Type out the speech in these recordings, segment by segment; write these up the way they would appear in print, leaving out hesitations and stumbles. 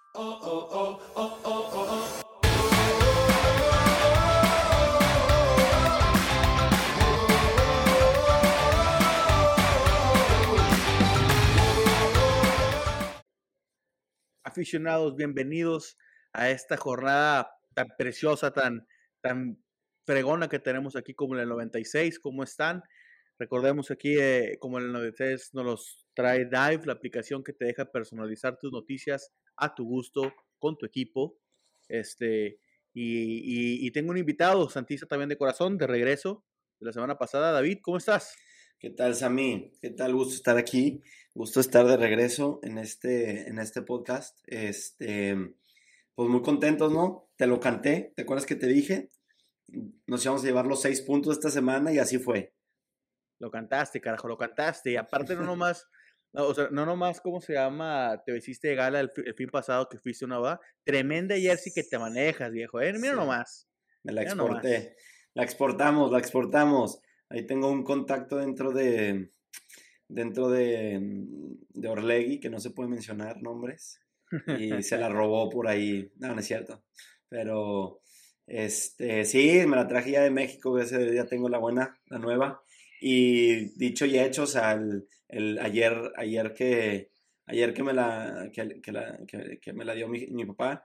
Aficionados, bienvenidos a esta jornada tan preciosa, tan fregona que tenemos aquí como en el 96. ¿Cómo están? Recordemos aquí, como en el 96 nos los trae Dive, la aplicación que te deja personalizar tus noticias a tu gusto con tu equipo. Y tengo un invitado, Santista también de corazón, de regreso de la semana pasada. David, ¿cómo estás? ¿Qué tal, Sammy? ¿Qué tal? Gusto estar aquí. Gusto estar de regreso en este podcast. Pues muy contentos, ¿no? Te lo canté. ¿Te acuerdas que te dije? Nos íbamos a llevar los 6 puntos esta semana y así fue. Lo cantaste, carajo, lo cantaste. Y aparte no nomás, no, o sea, no nomás, ¿cómo se llama? Te hiciste de gala el fin pasado que fuiste una boda. Tremenda jersey que te manejas, viejo. Mira Sí, nomás. me la Mira nomás. exporté. La exportamos. Ahí tengo un contacto dentro de Orlegui, que no se puede mencionar nombres. Y se la robó por ahí. No, no es cierto. Pero, sí, me la traje ya de México. Ya tengo la nueva. Y dicho y hecho, o sea, ayer que me la dio mi papá,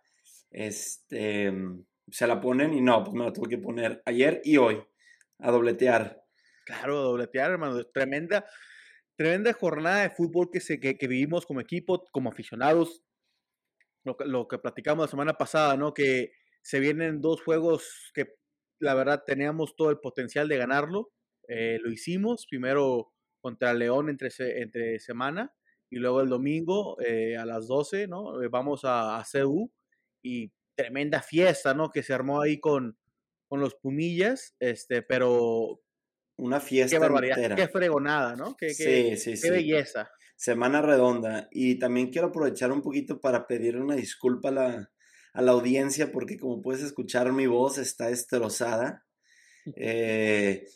se la ponen y no, pues me la tuve que poner ayer y hoy a dobletear. Claro, dobletear, hermano. Tremenda jornada de fútbol que vivimos como equipo, como aficionados. Lo que platicamos la semana pasada, ¿no? Que se vienen dos juegos que la verdad teníamos todo el potencial de ganarlo. Lo hicimos, primero contra León entre semana y luego el domingo a las 12, ¿no? Vamos a CU y tremenda fiesta, ¿no? Que se armó ahí con los Pumillas, pero Una qué fiesta barbaridad, qué entera. fregonada, ¿no? Sí, sí, Qué sí. belleza. Semana redonda. Y también quiero aprovechar un poquito para pedir una disculpa a la audiencia porque como puedes escuchar mi voz está destrozada. Eh,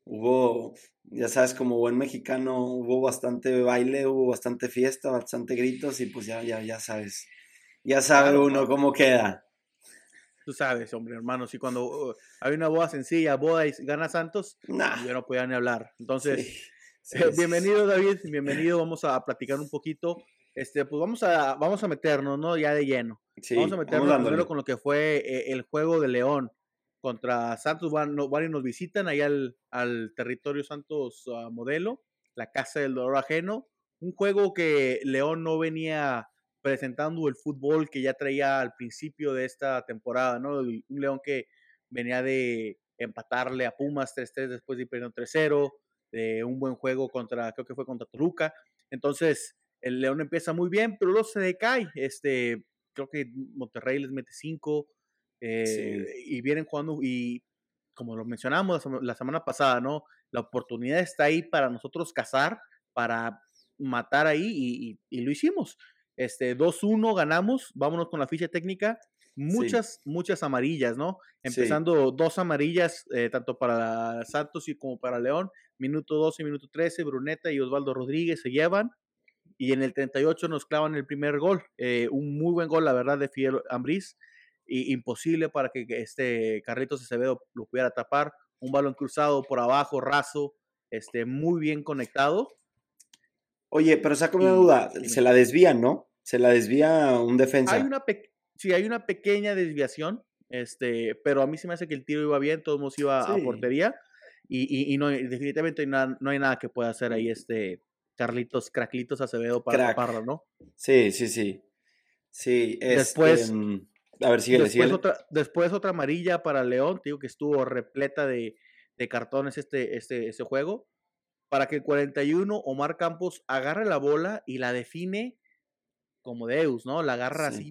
ya sabes, como buen mexicano, hubo bastante baile, hubo bastante fiesta, bastante gritos y pues ya sabes. Ya sabe Claro, uno ¿no? cómo queda. Tú sabes, hombre, hermano, si cuando hay una boda sencilla, boda y gana Santos, Nah, yo no podía ni hablar. sí, Entonces, sí, sí, sí. bienvenido, David, bienvenido. Vamos a platicar un poquito. Pues vamos a meternos, ¿no? Ya de lleno. Vamos a Sí, vamos meternos primero dándole. con lo que fue el juego de León contra Santos. Van y nos visitan allá al territorio Santos Modelo, la casa del dolor ajeno. Un juego que León no venía presentando el fútbol que ya traía al principio de esta temporada, ¿no? Un León que venía de empatarle a Pumas 3-3 después de ir perdiendo 3-0, de un buen juego creo que fue contra Toluca. Entonces, el León empieza muy bien, pero luego se decae. Creo que Monterrey les mete 5 Sí. y vienen jugando y como lo mencionamos la semana pasada, ¿no? La oportunidad está ahí para nosotros cazar, para matar ahí y lo hicimos. 2-1 ganamos, vámonos con la ficha técnica, Sí, muchas amarillas, ¿no? sí. Empezando 2 amarillas, tanto para Santos y como para León, minuto 12, minuto 13, Bruneta y Osvaldo Rodríguez se llevan, y en el 38 nos clavan el primer gol, un muy buen gol, la verdad, de Fidel Ambriz, imposible para que Carlitos Acevedo lo pudiera tapar, un balón cruzado por abajo, raso, muy bien conectado, Oye, pero sácame una y duda. Se la desvían, ¿no? Se la desvía un hay defensa. sí, hay una pequeña desviación, pero a mí se me hace que el tiro iba bien, todos nos iba a Sí. portería y no, definitivamente no hay nada que pueda hacer ahí Craclitos Acevedo para Crack. taparlo, ¿no? Sí, sí, sí. Sí, Después, a ver, síguele, síguele. después otra amarilla para León, te digo que estuvo repleta de cartones este juego, para que el 41 Omar Campos agarre la bola y la define como Deus, ¿no? La agarra Sí. así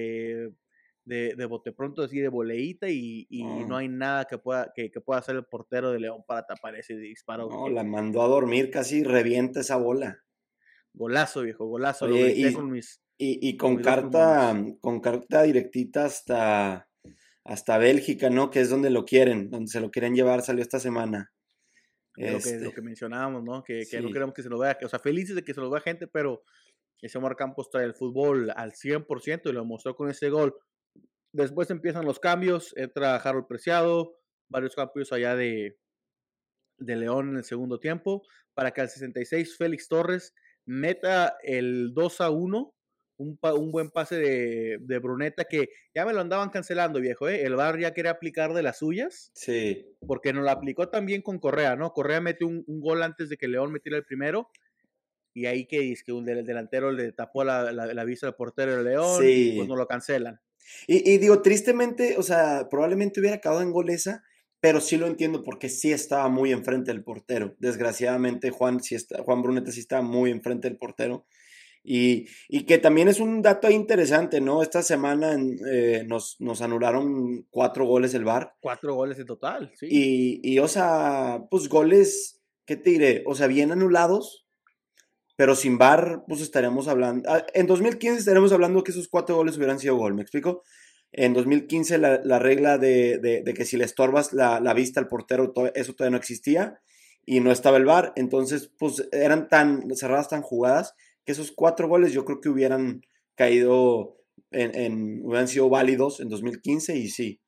de bote pronto, así de voleíta y no No, hay nada que pueda hacer el portero de León para tapar ese disparo no, que la mandó a dormir, casi revienta esa bola. golazo, viejo, golazo, lo Oye, grité y con mis 2 pulmones. con carta directita hasta Bélgica, ¿no? Que es donde lo quieren, donde se lo quieren llevar, salió esta semana. De lo que mencionábamos, ¿no? Que no Sí, queremos que se lo vea, o sea, felices de que se lo vea gente, pero Ese Omar Campos trae el fútbol al 100% y lo mostró con ese gol. Después empiezan los cambios, entra Harold Preciado, varios cambios allá de León en el segundo tiempo, para que al 66 Félix Torres meta el 2-1, un buen pase de Bruneta que ya me lo andaban cancelando, viejo, ¿eh? El VAR ya quería aplicar de las suyas. Sí. Porque nos lo aplicó también con Correa, ¿no? Correa metió un gol antes de que León metiera el primero. Y ahí que dice que un delantero le tapó la vista al portero de León y pues Sí. no lo cancelan. Y digo, tristemente, o sea, probablemente hubiera acabado en gol esa, pero sí lo entiendo porque sí estaba muy enfrente del portero. Desgraciadamente, Juan Bruneta sí estaba muy enfrente del portero. Y que también es un dato interesante, ¿no? Esta semana nos anularon 4 goles el VAR. 4 goles en total, sí. O sea, pues goles, ¿qué te diré? O sea, bien anulados, pero sin VAR, pues estaríamos hablando. En 2015 estaríamos hablando que esos 4 goles hubieran sido gol, ¿me explico? En 2015 la regla de que si le estorbas la vista al portero, eso todavía no existía y no estaba el VAR. Entonces, pues eran tan cerradas, tan jugadas, que esos 4 goles yo creo que hubieran caído, hubieran sido válidos en 2015 y sí.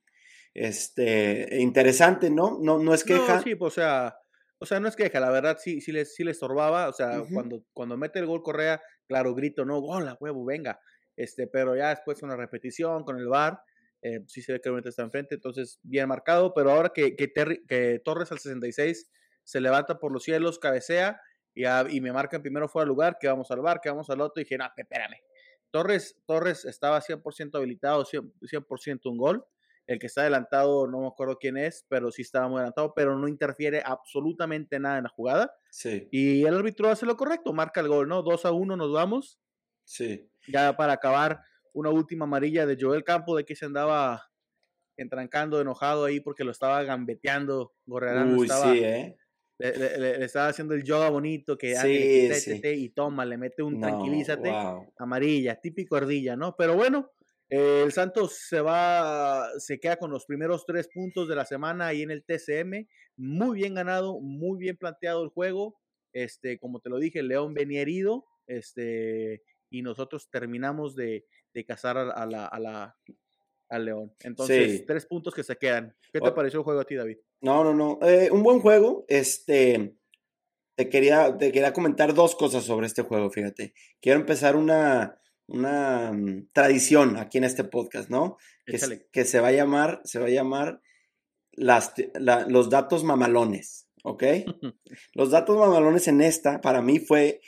Interesante, ¿no? No es No, queja. sí, pues, o sea, no es queja, la verdad sí le estorbaba, o sea, Uh-huh. cuando mete el gol Correa, claro, grito, no, gol a huevo, venga, pero ya después una repetición con el VAR, sí se ve que el está enfrente, entonces bien marcado, pero ahora que Torres al 66 se levanta por los cielos, cabecea, y me marcan primero fuera de lugar, que vamos al VAR, que vamos al otro, y dije, no, espérame, Torres estaba 100% habilitado, 100% un gol. El que está adelantado, no me acuerdo quién es, pero sí estaba muy adelantado, pero no interfiere absolutamente nada en la jugada. Sí, Y el árbitro hace lo correcto, marca el gol, ¿no? 2-1 nos vamos. sí. Ya para acabar, una última amarilla de Joel Campo, de que se andaba entrancando, enojado ahí porque lo estaba gambeteando. Gorrearán Uy, sí, ¿eh? le estaba haciendo el yoga bonito, que ándale, que Sí, sí. y toma, le mete un No, tranquilízate, wow. amarilla, típico ardilla, ¿no? Pero bueno, el Santos se queda con los primeros 3 puntos de la semana ahí en el TCM, muy bien ganado, muy bien planteado el juego, como te lo dije, el León venía herido, y nosotros terminamos de cazar al León. Entonces, Sí. 3 puntos que se quedan. ¿Qué te O- pareció el juego a ti, David? No, no, no. Un buen juego. Te quería comentar 2 cosas sobre este juego, fíjate. Quiero empezar una tradición aquí en este podcast, ¿no? Échale. Que se va a llamar los datos mamalones, ¿ok? Los datos mamalones en esta, para mí, fue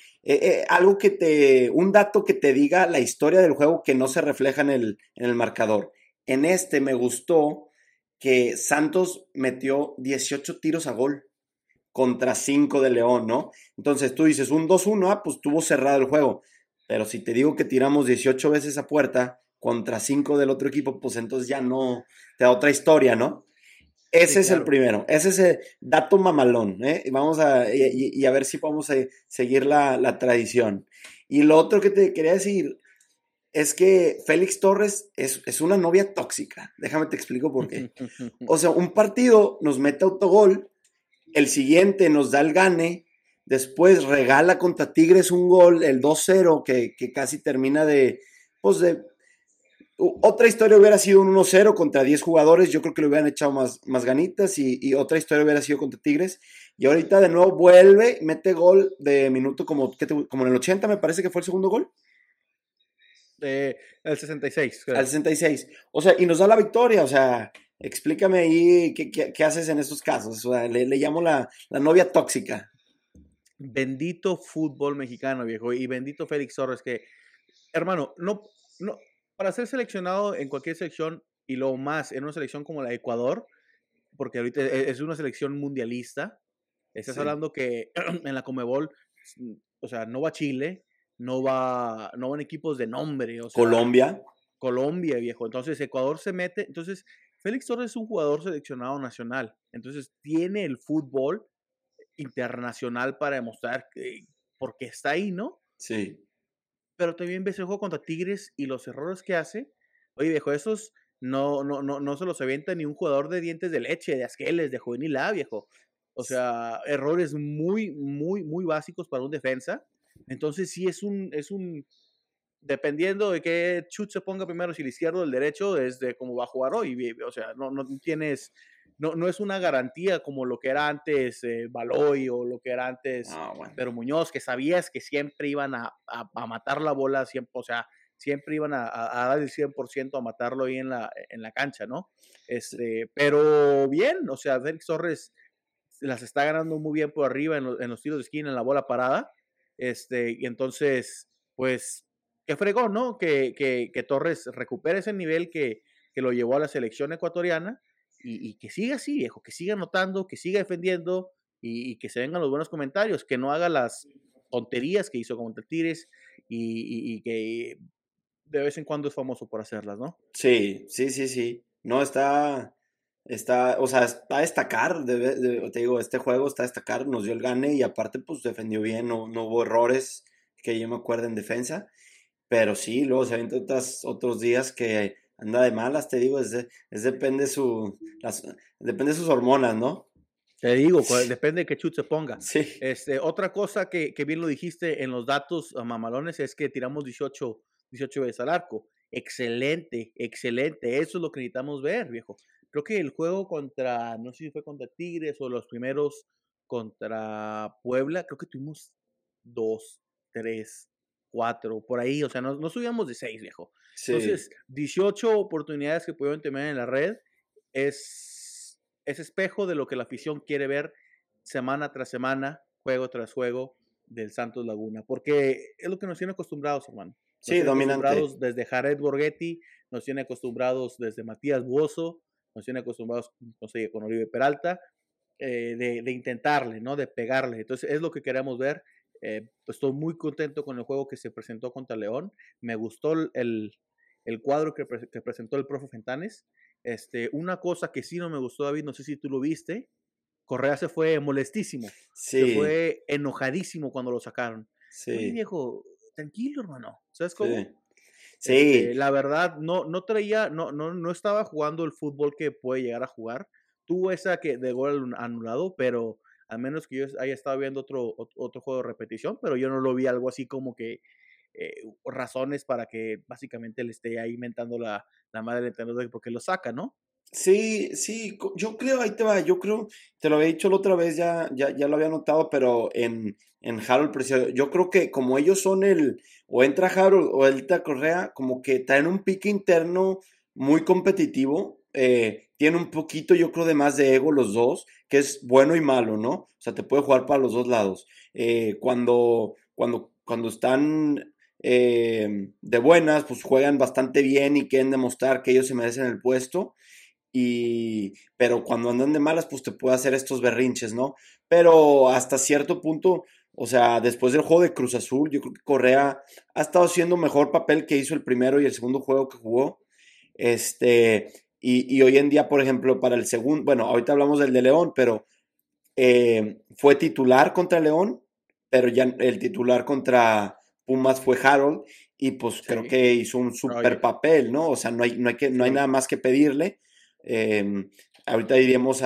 un dato que te diga la historia del juego que no se refleja en el marcador. En este me gustó que Santos metió 18 tiros a gol contra 5 de León, ¿no? Entonces tú dices, un 2-1, pues tuvo cerrado el juego. Pero si te digo que tiramos 18 veces a puerta contra 5 del otro equipo, pues entonces ya no, te da otra historia, ¿no? Sí, Ese es el claro. primero, ese es el dato mamalón, ¿eh? Y a ver si podemos seguir la tradición. Y lo otro que te quería decir es que Félix Torres es una novia tóxica. Déjame te explico por qué. O sea, un partido nos mete autogol, el siguiente nos da el gane, después regala contra Tigres un gol, el 2-0, que casi termina pues de otra historia hubiera sido un 1-0 contra 10 jugadores. Yo creo que le hubieran echado más ganitas. Y otra historia hubiera sido contra Tigres. Y ahorita de nuevo vuelve, mete gol de minuto como en el 80, me parece que fue el segundo gol. El 66, Al creo. 66. O sea, y nos da la victoria. O sea, explícame ahí qué haces en estos casos. O sea, le llamo la novia tóxica. Bendito fútbol mexicano, viejo. Y bendito Félix Torres, que, hermano, no, para ser seleccionado en cualquier selección y lo más en una selección como la de Ecuador, porque ahorita es una selección mundialista, estás Sí. hablando que en la Comebol, o sea, no va Chile, no van equipos de nombre, o sea, Colombia. Colombia, viejo. Entonces, Ecuador se mete. Entonces, Félix Torres es un jugador seleccionado nacional. Entonces, tiene el fútbol internacional para demostrar por qué está ahí, ¿no? Sí. Pero también ves el juego contra Tigres y los errores que hace. Oye, viejo, esos no se los avienta ni un jugador de dientes de leche, de Asqueles, de Juvenil A, viejo. O sea, errores muy, muy, muy básicos para un defensa. Entonces sí dependiendo de qué chut se ponga primero, si el izquierdo o el derecho, es de cómo va a jugar hoy. O sea, no tienes, no es una garantía como lo que era antes Baloy o lo que era antes Ah, bueno. Pero Muñoz, que sabías que siempre iban a matar la bola, siempre, o sea, siempre iban a dar el 100% a matarlo ahí en la cancha, ¿no? Pero bien, o sea, Félix Torres las está ganando muy bien por arriba en los tiros de esquina, en la bola parada. Y entonces, pues, qué fregón, ¿no? Que Torres recupere ese nivel que lo llevó a la selección ecuatoriana y que siga así, viejo, que siga anotando, que siga defendiendo y que se vengan los buenos comentarios, que no haga las tonterías que hizo contra Tigres y que de vez en cuando es famoso por hacerlas, ¿no? Sí, sí, sí, sí. No, o sea, está a destacar, te digo, este juego está a destacar, nos dio el gane y aparte pues defendió bien, no hubo errores que yo me acuerdo en defensa, pero sí, luego se avienta otros días que anda de malas, te digo, depende de sus hormonas, ¿no? Te digo, depende de qué chut se ponga. Sí, Otra cosa que bien lo dijiste en los datos mamalones es que tiramos 18 veces al arco. Excelente, excelente. Eso es lo que necesitamos ver, viejo. Creo que el juego contra, no sé si fue contra Tigres o los primeros contra Puebla, creo que tuvimos 2, 3, 4, por ahí. O sea, no subíamos de 6, viejo. sí, Entonces, 18 oportunidades que pudieron tener en la red es espejo de lo que la afición quiere ver semana tras semana, juego tras juego del Santos Laguna, porque es lo que nos tiene acostumbrados, hermano. Nos sí, tiene dominante. acostumbrados desde Jared Borghetti, nos tiene acostumbrados desde Matías Buoso, nos tiene acostumbrados, no sé, con Oribe Peralta, de intentarle, ¿no? De pegarle. Entonces, es lo que queremos ver. Pues estoy muy contento con el juego que se presentó contra León. Me gustó el cuadro que presentó el profe Fentanes. Una cosa que sí no me gustó, David, no sé si tú lo viste, Correa se fue molestísimo, se Sí, fue enojadísimo cuando lo sacaron. Oye, sí, viejo, tranquilo, hermano. ¿Sabes cómo? sí, sí, La verdad, no traía, no estaba jugando el fútbol que puede llegar a jugar. Tuvo esa que de gol anulado, pero al menos que yo haya estado viendo otro juego de repetición, pero yo no lo vi algo así como que razones para que básicamente le esté ahí mentando la madre del entrenador de por qué lo saca, ¿no? sí, sí, yo creo, ahí te va, yo creo, te lo había dicho la otra vez, ya lo había notado, pero en Harold Preciado, yo creo que como ellos son o entra Harold o entra Correa, como que traen un pique interno muy competitivo, tiene un poquito, yo creo, de más de ego los dos, que es bueno y malo, ¿no? O sea, te puede jugar para los dos lados. Cuando están de buenas, pues juegan bastante bien y quieren demostrar que ellos se merecen el puesto pero cuando andan de malas, pues te puede hacer estos berrinches, ¿no? Pero hasta cierto punto, o sea, después del juego de Cruz Azul, yo creo que Correa ha estado haciendo mejor papel que hizo el primero y el segundo juego que jugó. Y hoy en día, por ejemplo, para el segundo, bueno, ahorita hablamos del de León, pero fue titular contra León, pero ya el titular contra Pumas fue Harold y pues creo Sí. que hizo un super Oye, papel, ¿no? O sea, no hay sí. nada más que pedirle. Ahorita iremos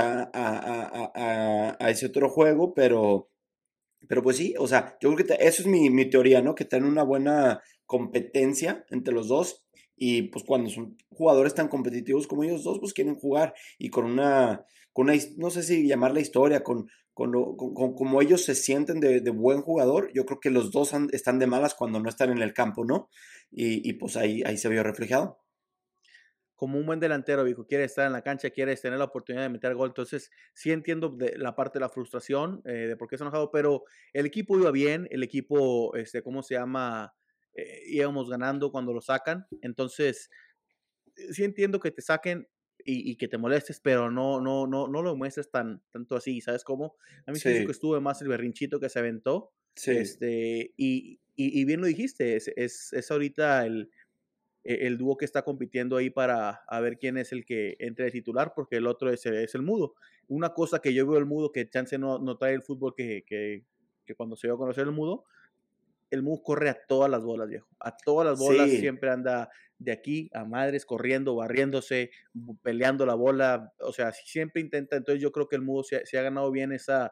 a ese otro juego, pero pues sí, o sea, yo creo que eso es mi teoría, ¿no? Que tienen una buena competencia entre los dos y pues cuando son jugadores tan competitivos como ellos dos, pues quieren jugar y no sé si llamarla historia, con como ellos se sienten de buen jugador, yo creo que los dos están de malas cuando no están en el campo, ¿no? Y pues ahí se vio reflejado. Como un buen delantero, viejo, quiere estar en la cancha, quieres tener la oportunidad de meter gol. Entonces, sí entiendo de la parte de la frustración, de por qué se ha enojado, pero el equipo iba bien, el equipo, ¿cómo se llama? Íbamos ganando cuando lo sacan. Entonces, sí entiendo que te saquen y que te molestes, pero no lo muestres tanto así, ¿sabes cómo? A mí se me hizo que Sí, estuve más el berrinchito que se aventó, sí, y bien lo dijiste, es ahorita el dúo que está compitiendo ahí para a ver quién es el que entre de titular, porque el otro es el mudo. Una cosa que yo veo el mudo, que chance no trae el fútbol que cuando se dio a conocer el mudo corre a todas las bolas, viejo. A todas las bolas sí, siempre anda de aquí a madres, corriendo, barriéndose, peleando la bola. O sea, siempre intenta. Entonces yo creo que el mudo se ha ganado bien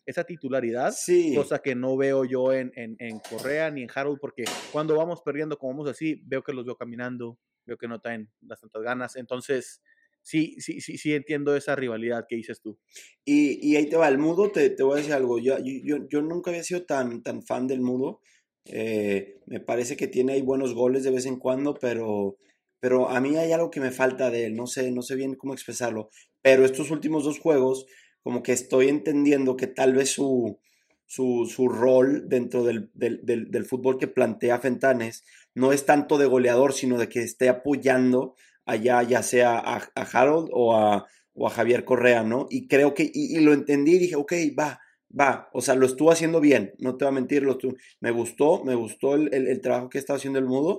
esa titularidad, Sí. cosa que no veo yo en Correa ni en Harold, porque cuando vamos perdiendo como vamos así, veo que los veo caminando, veo que no traen las tantas ganas, entonces sí entiendo esa rivalidad que dices tú. Y ahí te va, el Mudo, te voy a decir algo, yo nunca había sido tan fan del Mudo, me parece que tiene ahí buenos goles de vez en cuando, pero a mí hay algo que me falta de él, no sé bien cómo expresarlo, pero estos últimos dos juegos, como que estoy entendiendo que tal vez su rol dentro del fútbol que plantea Fentanes no es tanto de goleador, sino de que esté apoyando allá, ya sea a Harold o a Javier Correa, ¿no? Y creo que, y lo entendí y dije, ok, va, o sea, lo estuvo haciendo bien, no te voy a mentir, me gustó el trabajo que estaba haciendo el Mudo,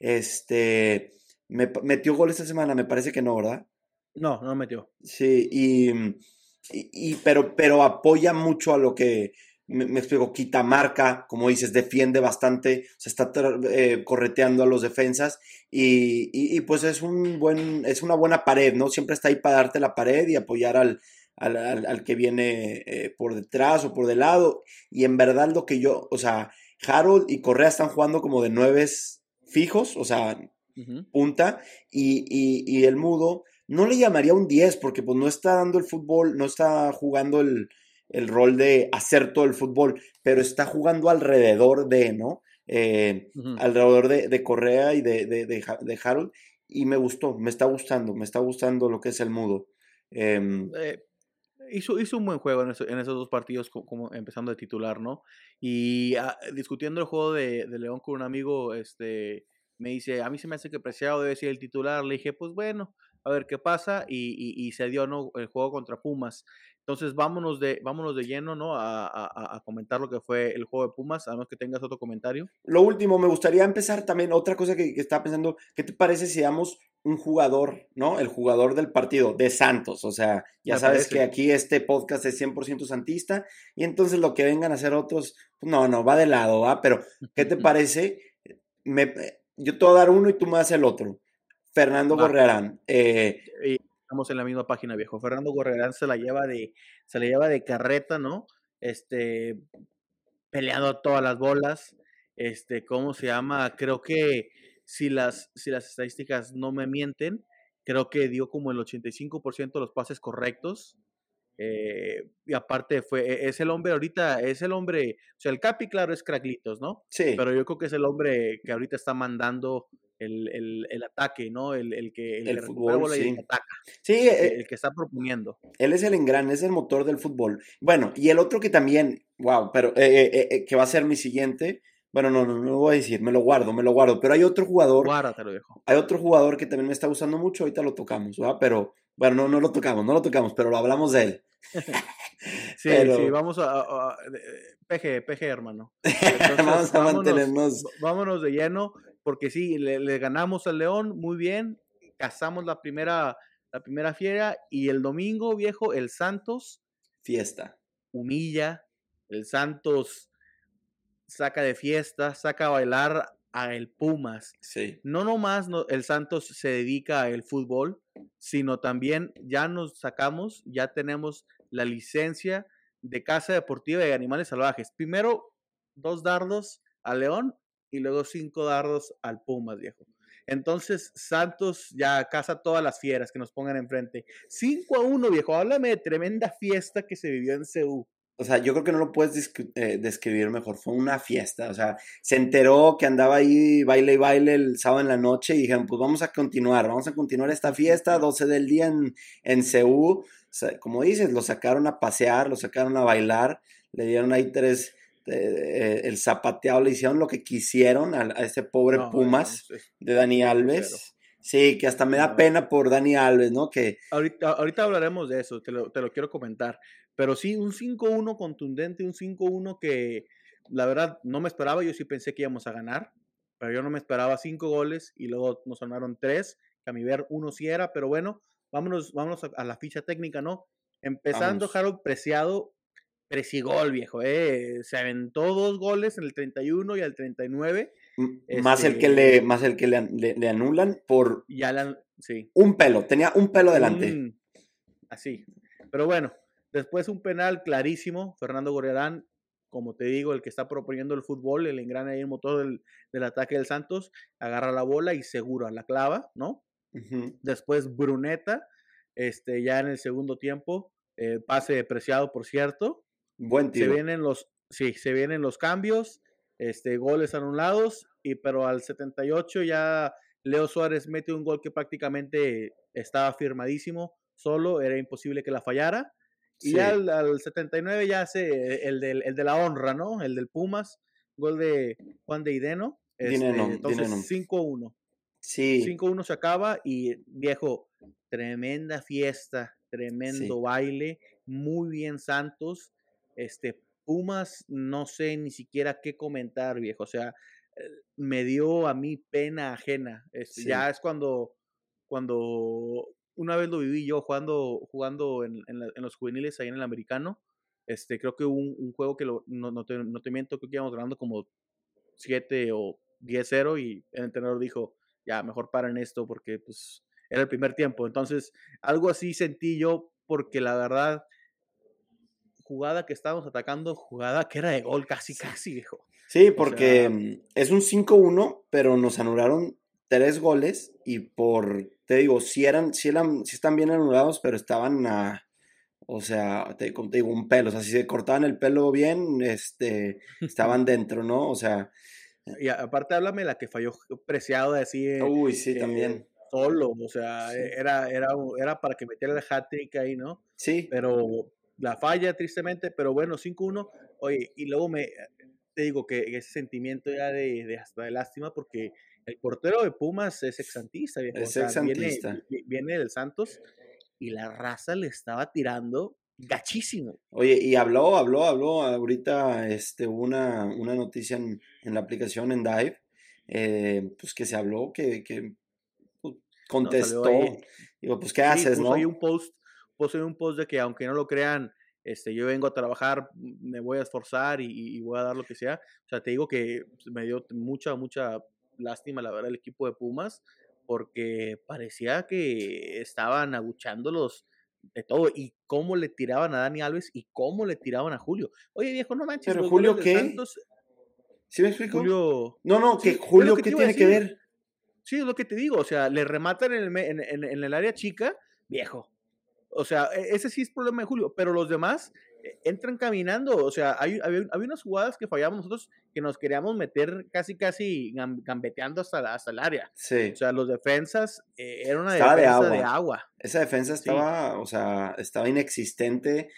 metió gol esta semana, me parece que no, ¿verdad? No metió. Sí, pero apoya mucho a lo que, me explico, quita marca, como dices, defiende bastante, se está correteando a los defensas pues es una buena pared, ¿no? Siempre está ahí para darte la pared y apoyar al que viene por detrás o por del lado. Y en verdad o sea, Harold y Correa están jugando como de nueves fijos, o sea, punta, y el Mudo no le llamaría un 10 porque pues no está dando el fútbol, no está jugando el rol de hacer todo el fútbol, pero está jugando alrededor de, ¿no? Alrededor de Correa y de Harold, y me está gustando lo que es el Mudo. Hizo un buen juego en esos dos partidos, como empezando de titular, ¿no? Y discutiendo el juego de León con un amigo, me dice, a mí se me hace que Preciado debe ser el titular. Le dije, pues bueno, a ver qué pasa. Y se dio, ¿no?, el juego contra Pumas. Entonces vámonos de lleno, ¿no?, a comentar lo que fue el juego de Pumas, a menos que tengas otro comentario. Lo último, me gustaría empezar también, otra cosa que estaba pensando, ¿qué te parece si damos un jugador, ¿no? El jugador del partido, de Santos, o sea, ya Me sabes que parece. aquí este podcast es 100% santista, y entonces lo que vengan a hacer otros, pues no, va de lado, ¿va? Pero, ¿qué te parece? Yo te voy a dar uno y tú me das el otro. Fernando Va. Gorrearán. Y estamos en la misma página, viejo. Fernando Gorrearán se la lleva de carreta, ¿no? Peleando todas las bolas. ¿Cómo se llama? Creo que si las estadísticas no me mienten, creo que dio como el 85% de los pases correctos. Y aparte es el hombre ahorita, o sea, el Capi, claro, es Cracklitos, ¿no? Sí, Pero yo creo que es el hombre que ahorita está mandando el ataque, ¿no? El que el recupera fútbol, bola y el que sí. ataca, Sí, el que está proponiendo. él es el engrane, es el motor del fútbol. Bueno, y el otro que también, wow, pero que va a ser mi siguiente. Bueno, no lo voy a decir, me lo guardo. Pero Guárdatelo, viejo. hay otro jugador que también me está gustando mucho, ahorita lo tocamos, ¿verdad? Pero, bueno, no lo tocamos, pero lo hablamos de él. Sí, Pero vamos PG, hermano. Entonces, vamos a mantenernos. vámonos de lleno, porque sí, le ganamos al León muy bien, cazamos la primera fiera, y el domingo, viejo, el Santos Fiesta. humilla, el Santos saca de fiesta, saca a bailar a el Pumas. Sí. No nomás el Santos se dedica al fútbol, sino también ya tenemos la licencia de caza deportiva de animales salvajes. Primero 2 dardos al León y luego 5 dardos al Pumas, viejo. Entonces Santos ya caza todas las fieras que nos pongan enfrente. 5-1, viejo. Háblame de tremenda fiesta que se vivió en CU. O sea, yo creo que no lo puedes describir mejor. Fue una fiesta. O sea, se enteró que andaba ahí baile y baile el sábado en la noche y dijeron, pues vamos a continuar esta fiesta, 12 del día en Seúl. O sea, como dices, lo sacaron a pasear, lo sacaron a bailar, le dieron ahí el zapateado, le hicieron lo que quisieron a ese pobre No, Pumas de Dani muy grosero. Alves. Sí, que hasta me da No. pena por Dani Alves, ¿no? Que Ahorita hablaremos de eso, te lo quiero comentar. Pero sí, un 5-1 contundente, un 5-1 que la verdad no me esperaba. Yo sí pensé que íbamos a ganar, pero yo no me esperaba 5 goles y luego nos sonaron 3, que a mi ver uno sí era, pero bueno, vámonos a la ficha técnica, ¿no? Empezando, vámonos. Harold Preciado, presigol, viejo, se aventó 2 goles en el 31 y al 39. Más el que le anulan por Sí. tenía un pelo delante. Así. Pero bueno, Después un penal clarísimo, Fernando Gorriarán, como te digo, el que está proponiendo el fútbol, el engrane ahí, el motor del ataque del Santos, agarra la bola y seguro a la clava, ¿no? Ujú. Después Bruneta, ya en el segundo tiempo, pase preciado, por cierto. Buen tiro. Se vienen los cambios, goles anulados, pero al 78 ya Leo Suárez mete un gol que prácticamente estaba firmadísimo, solo, era imposible que la fallara. Y ya Sí, al 79 ya hace el de la honra, ¿no? El del Pumas, gol de Juan de Ideno. Dineno, Entonces Dineno. 5-1. Sí, 5-1 se acaba y viejo, tremenda fiesta, sí. tremendo baile, muy bien Santos. Pumas, no sé ni siquiera qué comentar, viejo. O sea, me dio a mí pena ajena. Ya Sí, es cuando una vez lo viví yo jugando en los juveniles ahí en el americano. Creo que hubo un juego que no te miento, creo que íbamos ganando como 7 o 10-0 y el entrenador dijo, ya, mejor paren esto porque pues era el primer tiempo. Entonces, algo así sentí yo porque la verdad, jugada que estábamos atacando, jugada que era de gol casi, sí. casi, viejo. Sí, O sea, porque es un 5-1, pero nos anularon 3 goles y te digo, sí están bien anulados, pero estaban o sea, como te digo, un pelo, o sea, si se cortaban el pelo bien, estaban dentro, ¿no? O sea, y aparte háblame la que falló Preciado de así uy, sí, también, solo, o sea, sí, era para que metiera el hat-trick ahí, ¿no? sí, Pero la falla tristemente, pero bueno, 5-1. Oye, y luego te digo que ese sentimiento ya de hasta de lástima porque el portero de Pumas es exantista, viejo, o es sea, ex santista. viene del Santos y la raza le estaba tirando gachísimo. Oye, y habló, ahorita hubo una noticia en la aplicación en Dive, pues que se habló, que pues, No, salió ahí, contestó, digo, pues, ¿qué sí, haces, no? puso ahí un post de que aunque no lo crean, yo vengo a trabajar, me voy a esforzar y voy a dar lo que sea. O sea, te digo que me dio mucha lástima, la verdad, el equipo de Pumas, porque parecía que estaban abuchándolos de todo y cómo le tiraban a Dani Alves y cómo le tiraban a Julio. Oye, viejo, no manches, Pero los goles Julio, del ¿qué? Santos, ¿Sí me explico? Julio, No, no, que sí, es lo Julio, que ¿qué te iba a tiene que decir. ver? Sí, es lo que te digo, o sea, le rematan en el área chica, viejo. O sea, ese sí es problema de Julio, pero los demás entran caminando. O sea, había unas jugadas que fallamos nosotros que nos queríamos meter casi gambeteando hasta el área. O Sí, sea, los defensas, era una estaba de defensa de agua. agua. Esa defensa Sí, estaba, o sea, estaba inexistente,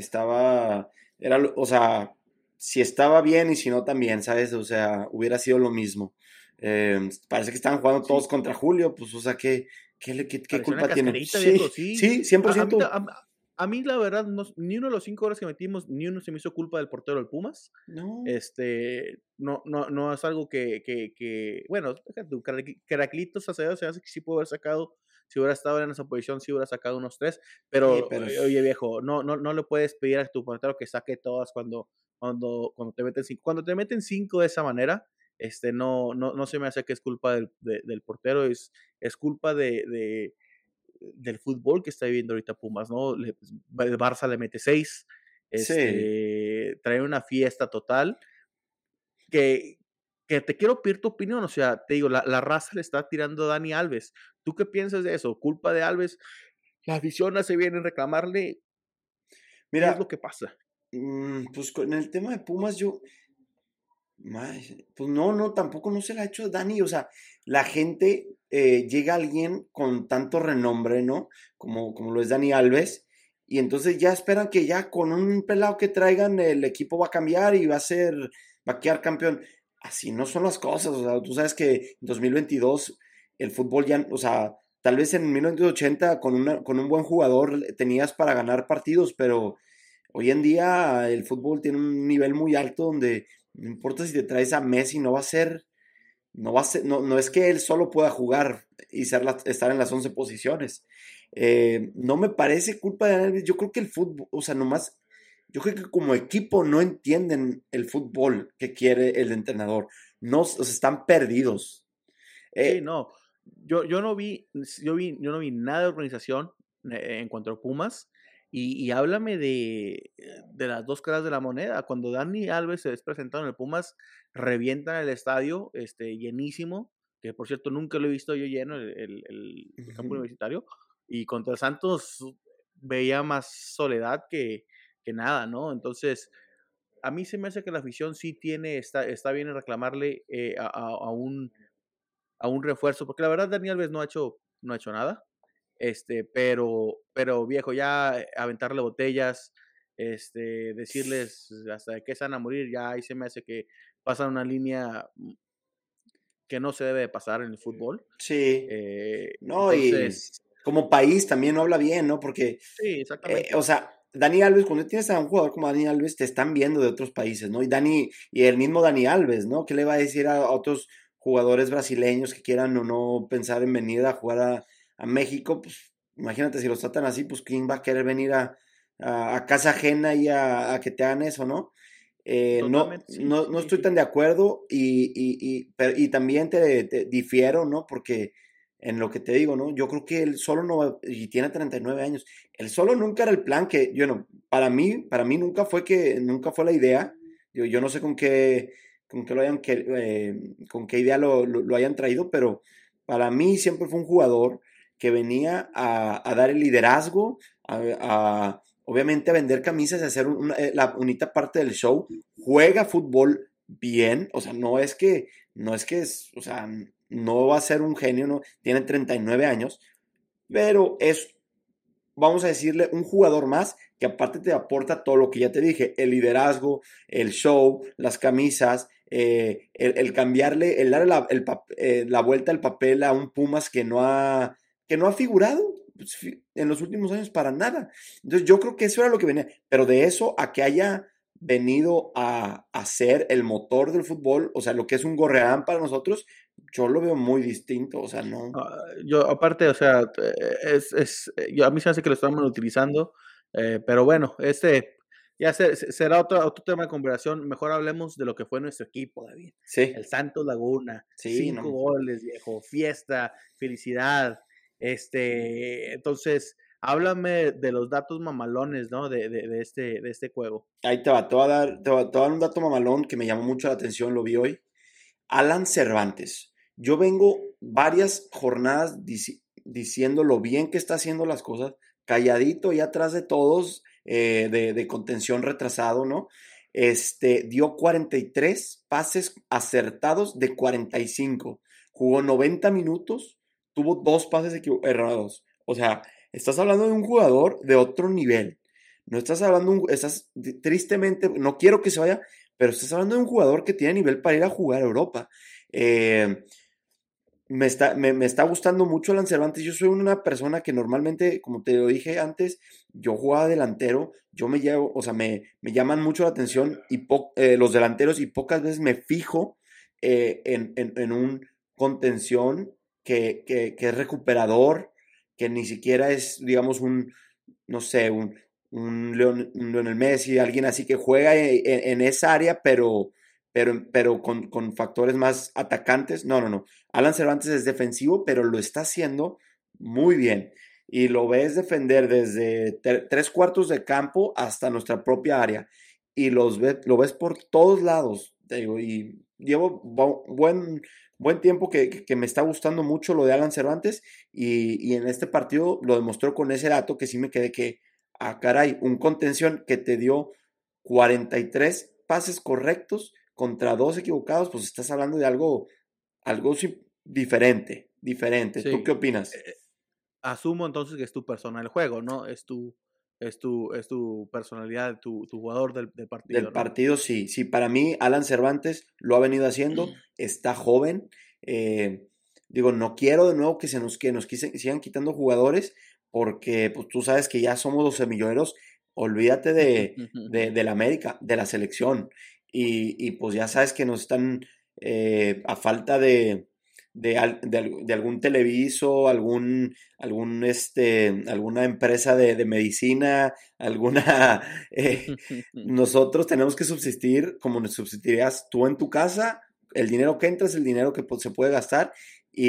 o sea, si estaba bien y si no también, ¿sabes? O sea, hubiera sido lo mismo. Parece que estaban jugando todos sí. contra Julio, pues, o sea, ¿qué Parecía una culpa tienen? cascarita, viejo, Sí, sí. sí, cien por A, a mí, ta- ciento. a mí, la verdad, ni uno de los 5 goles que metimos, ni uno se me hizo culpa del portero del Pumas. No, No es algo bueno, deja tú, Caraclitos Acevedo se hace que sí pudo haber sacado, si hubiera estado en esa posición, sí hubiera sacado unos 3, sí, pero pero oye viejo, no le puedes pedir a tu portero que saque todas cuando te meten 5. Cuando te meten 5 de esa manera, no se me hace que es culpa del portero, es culpa del fútbol que está viviendo ahorita Pumas, ¿no? El Barça le mete 6, sí. trae una fiesta total que, que te quiero pedir tu opinión, o sea, te digo, la raza le está tirando a Dani Alves. ¿Tú qué piensas de eso? ¿Culpa de Alves? La afición se viene a reclamarle. ¿Qué es lo Mira, que pasa? pues con el tema de Pumas, pues no, no, tampoco no se la ha hecho Dani, o sea, la gente, llega alguien con tanto renombre, ¿no? Como lo es Dani Alves, y entonces ya esperan que ya con un pelado que traigan el equipo va a cambiar y va a quedar campeón. Así no son las cosas, o sea, tú sabes que en 2022 el fútbol ya, o sea, tal vez en 1980 con un buen jugador tenías para ganar partidos, pero hoy en día el fútbol tiene un nivel muy alto donde no importa si te traes a Messi, no es que él solo pueda jugar y estar en las 11 posiciones. No me parece culpa de Alves. Yo creo que el fútbol, o sea, nomás, yo creo que como equipo no entienden el fútbol que quiere el entrenador. No, o sea, están perdidos. Sí, Eh, no. Yo no vi nada de organización en cuanto a Pumas. Y háblame de las dos caras de la moneda. Cuando Dani Alves se es presentado en el Pumas, revienta el estadio, llenísimo, que por cierto nunca lo he visto yo lleno, el campo Ujú. universitario, y contra el Santos veía más soledad que nada, ¿no? Entonces, a mí se me hace que la afición sí está bien en reclamarle a un refuerzo, porque la verdad Dani Alves no ha hecho nada. Pero viejo, ya aventarle botellas, decirles hasta de qué se van a morir, ya ahí se me hace que pasan una línea que no se debe de pasar en el fútbol. Sí, no, y Entonces, como país también no habla bien, ¿no? Porque, sí, o exactamente. sea, Dani Alves, cuando tienes a un jugador como Dani Alves, te están viendo de otros países, ¿no? Y el mismo Dani Alves, ¿no? ¿Qué le va a decir a otros jugadores brasileños que quieran o no pensar en venir a jugar a México? Pues imagínate si los tratan así, pues quién va a querer venir a casa ajena y a que te hagan eso, ¿no? No, Totalmente, sí, no, sí, no sí, estoy sí. tan de acuerdo y también te difiero, ¿no? Porque en lo que te digo, ¿no? Yo creo que él solo no va, y tiene 39 años, él solo nunca era el plan que, yo no, para mí nunca fue la idea, yo no sé con qué lo hayan, con qué idea lo hayan traído, pero para mí siempre fue un jugador que venía a dar el liderazgo, obviamente a vender camisas y hacer la bonita parte del show, juega fútbol bien, o sea, o sea, no va a ser un genio, no, tiene 39 años, pero es, vamos a decirle, un jugador más que aparte te aporta todo lo que ya te dije, el liderazgo, el show, las camisas, el cambiarle, el darle la vuelta al papel a un Pumas que no ha figurado pues, en los últimos años para nada. Entonces yo creo que eso era lo que venía, pero de eso a que haya venido a ser el motor del fútbol, o sea, lo que es un Gorreán para nosotros, yo lo veo muy distinto, o sea, no. Yo, aparte, o sea, a mí se me hace que lo estamos utilizando, pero bueno, será otro tema de conversación. Mejor hablemos de lo que fue nuestro equipo, David. Sí, El Santos Laguna, sí, 5 no. goles, viejo, fiesta, felicidad. Entonces, háblame de los datos mamalones, ¿no? De este juego. Ahí te va, te voy a dar un dato mamalón que me llamó mucho la atención, lo vi hoy. Alan Cervantes. Yo vengo varias jornadas diciendo lo bien que está haciendo las cosas, calladito y atrás de todos, de contención retrasado, ¿no? Dio 43 pases acertados de 45. Jugó 90 minutos, tuvo dos pases errados. O sea, estás hablando de un jugador de otro nivel. No estás hablando, tristemente, no quiero que se vaya, pero estás hablando de un jugador que tiene nivel para ir a jugar a Europa. Eh, me está gustando mucho Alan Cervantes. Yo soy una persona que normalmente, como te lo dije antes, yo jugaba delantero, yo me llevo, o sea, me llaman mucho la atención los delanteros y pocas veces me fijo en un contención que es recuperador, que ni siquiera es, digamos, no sé, un Lionel Messi, alguien así que juega en esa área, pero con factores más atacantes. No, no, no. Alan Cervantes es defensivo, pero lo está haciendo muy bien. Y lo ves defender desde tres cuartos de campo hasta nuestra propia área. Y lo ves por todos lados. Te digo, y llevo buen tiempo que me está gustando mucho lo de Alan Cervantes. Y en este partido lo demostró con ese dato que sí me quedé que, caray, un contención que te dio 43 pases correctos contra dos equivocados, pues estás hablando de algo diferente, diferente. ¿Tú Sí. qué opinas? Asumo entonces que es tu persona el juego, ¿no? Es tu personalidad, tu jugador del Del partido, ¿no? partido, sí, sí, para mí Alan Cervantes lo ha venido haciendo, está joven, digo, no quiero de nuevo que nos sigan quitando jugadores, porque pues tú sabes que ya somos los semilleros, olvídate de la América, de la selección, y pues ya sabes que nos están a falta de algún televiso, alguna empresa de medicina, alguna nosotros tenemos que subsistir como nos subsistirías tú en tu casa, el dinero que entra es el dinero que se puede gastar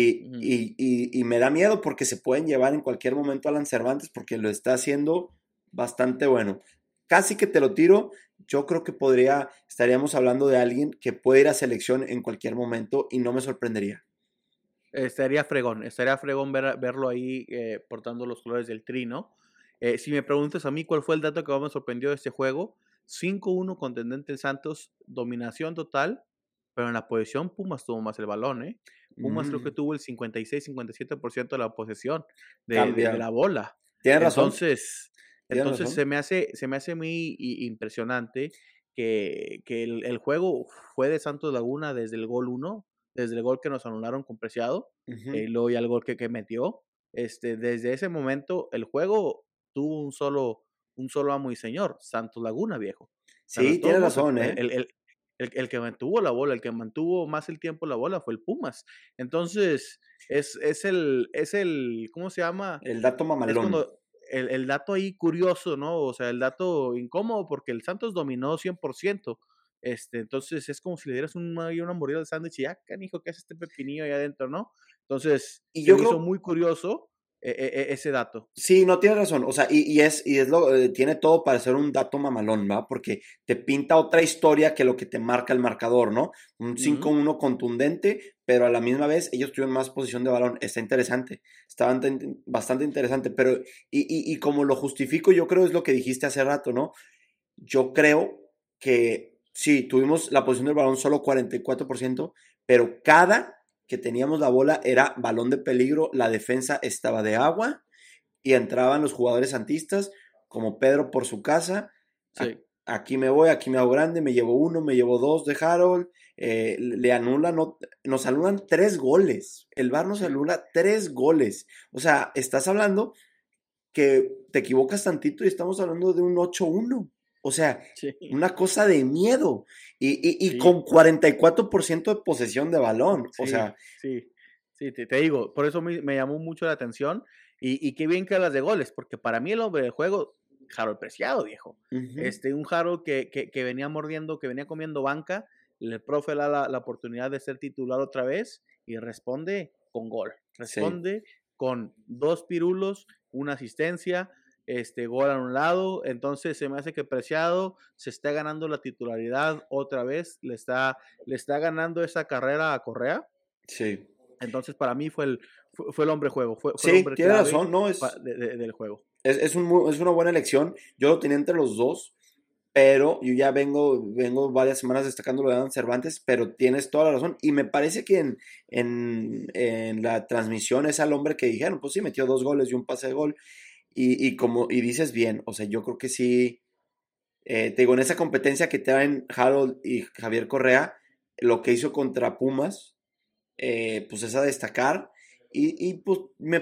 y me da miedo porque se pueden llevar en cualquier momento a Alan Cervantes porque lo está haciendo bastante bueno. Casi que te lo tiro, yo creo que estaríamos hablando de alguien que puede ir a selección en cualquier momento y no me sorprendería. Estaría fregón verlo ahí portando los colores del Tri, ¿no? Si me preguntas a mí cuál fue el dato que más me sorprendió de este juego, 5-1 contendente el Santos, dominación total, pero en la posesión Pumas tuvo más el balón, ¿eh? Pumas creo que Mm, tuvo el 56-57% de la posesión de cambia. la bola. Tienes razón, Entonces, tienes entonces razón. se me hace muy impresionante que el juego fue de Santos Laguna desde el gol 1, desde el gol que nos anularon con Preciado, Ujú. luego ya el gol que metió. Desde ese momento el juego tuvo un solo amo y señor, Santos Laguna, viejo. Pero de Sí, todos tienes modos, razón, ¿eh? el que mantuvo la bola, el que mantuvo más el tiempo la bola fue el Pumas. Entonces, ¿cómo se llama? El dato Es mamalón. cuando el dato ahí curioso, ¿no? O sea, el dato incómodo porque el Santos dominó 100%. Entonces es como si le dieras una mordida al sándwich y ya, canijo, ¿qué hace este pepinillo ahí adentro, no? Entonces Y se yo me hizo creo, muy curioso ese dato. sí, no tienes razón. O sea, tiene todo para ser un dato mamalón, ¿va? Porque te pinta otra historia que lo que te marca el marcador, ¿no? Un cinco Ujú. uno contundente, pero a la misma vez ellos tuvieron más posición de balón. Está interesante. Está bastante interesante. Pero, y como lo justifico, yo creo es lo que dijiste hace rato, ¿no? Yo creo que sí, tuvimos la posición del balón solo 44%, pero cada que teníamos la bola era balón de peligro, la defensa estaba de agua y entraban los jugadores santistas, como Pedro por su casa. Sí, Aquí me voy, aquí me hago grande, me llevo uno, me llevo dos de Harold. Le anulan, nos anulan 3 goles. El VAR nos sí, anula 3 goles. O sea, estás hablando que te equivocas tantito y estamos hablando de un 8-1. O sea, sí, una cosa de miedo. Y sí, con 44% de posesión de balón. O sí, sea, sí, sí, te digo, por eso me llamó mucho la atención y qué bien que hablas de goles, porque para mí el hombre del juego, Harold Preciado, viejo. uh-huh, Un Harold que venía mordiendo, que venía comiendo banca, el profe le da la oportunidad de ser titular otra vez y responde con gol, sí. responde con 2 pirulos, una asistencia, gol a un lado, entonces se me hace que Preciado se está ganando la titularidad otra vez, le está ganando esa carrera a Correa. Sí. Entonces, para mí fue el hombre juego, fue el Sí, hombre tiene clave razón, ¿no? Es, del juego. es, es, un, es una buena elección. Yo lo tenía entre los dos, pero yo ya vengo varias semanas destacando lo de Adam Cervantes, pero tienes toda la razón. Y me parece que en la transmisión es al hombre que dijeron, pues sí, metió 2 goles y un pase de gol. Y dices bien, o sea, yo creo que sí. Te digo, en esa competencia que traen Harold y Javier Correa, lo que hizo contra Pumas, pues es a destacar. Pues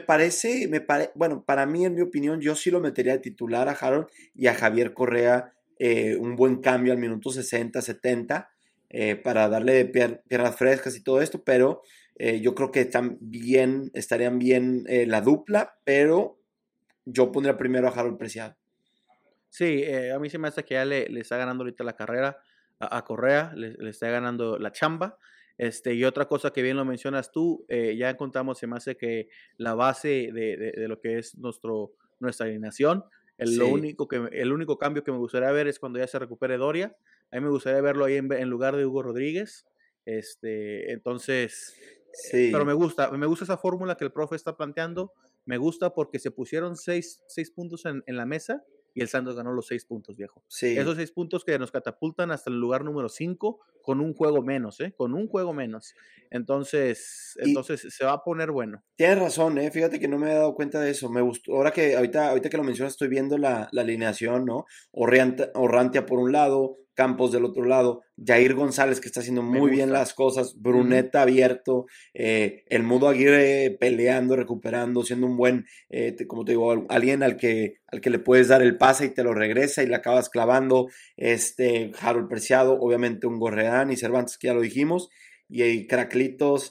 bueno, para mí, en mi opinión, yo sí lo metería de titular a Harold y a Javier Correa, un buen cambio al minuto 60, 70, para darle piernas frescas y todo esto, pero yo creo que estarían bien la dupla, pero yo pondría primero a Harold Preciado. Sí, a mí se me hace que ya le está ganando ahorita la carrera a Correa, le está ganando la chamba. Y otra cosa que bien lo mencionas tú, ya encontramos, se me hace que la base de lo que es nuestra alineación, Sí, el único cambio que me gustaría ver es cuando ya se recupere Doria. A mí me gustaría verlo ahí en lugar de Hugo Rodríguez. Entonces, pero sí, me gusta esa fórmula que el profe está planteando. Me gusta porque se pusieron seis puntos en la mesa y el Santos ganó los 6 puntos, viejo. Esos sí. 6 puntos que nos catapultan hasta el lugar número 5 con un juego menos, ¿eh? Con un juego menos. Entonces, Y entonces se va a poner bueno. tienes razón, fíjate que no me he dado cuenta de eso. Me gustó, ahorita que lo mencionas, estoy viendo la alineación, ¿no? Orrantia por un lado, Campos del otro lado, Jair González que está haciendo Me muy bien gusta. las cosas, Ujú. Bruneta abierto, el Mudo Aguirre peleando, recuperando, siendo un buen, como te digo, alguien al que le puedes dar el pase y te lo regresa y le acabas clavando. Harold Preciado, obviamente un Gorreán y Cervantes que ya lo dijimos, y Craclitos,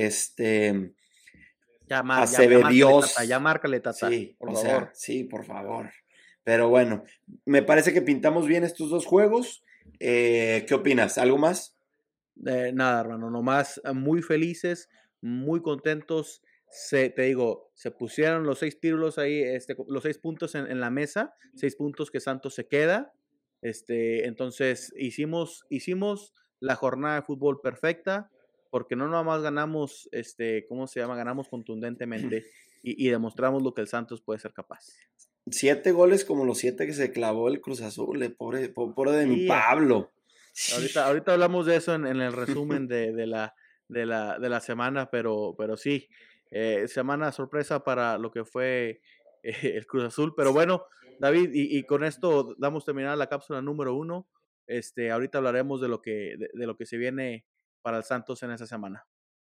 Ya márcale, tata, ya Dios. márcale, tata, Sí, por o sea, favor. sí, por favor. Pero bueno, me parece que pintamos bien estos dos juegos. ¿Qué opinas? ¿Algo más? Nada, hermano, nomás muy felices, muy contentos te digo, se pusieron los 6 títulos ahí, los 6 puntos en la mesa, 6 puntos que Santos se queda. Entonces hicimos la jornada de fútbol perfecta, porque no nada más ganamos, ¿cómo se llama? Ganamos contundentemente y demostramos lo que el Santos puede ser capaz. 7 goles como los 7 que se clavó el Cruz Azul, pobre de mi Y Pablo. ahorita hablamos de eso en el resumen de la semana, pero sí, semana sorpresa para lo que fue el Cruz Azul. Pero bueno, David, y con esto damos terminada la cápsula número 1. Ahorita hablaremos de lo que se viene para el Santos en esa semana.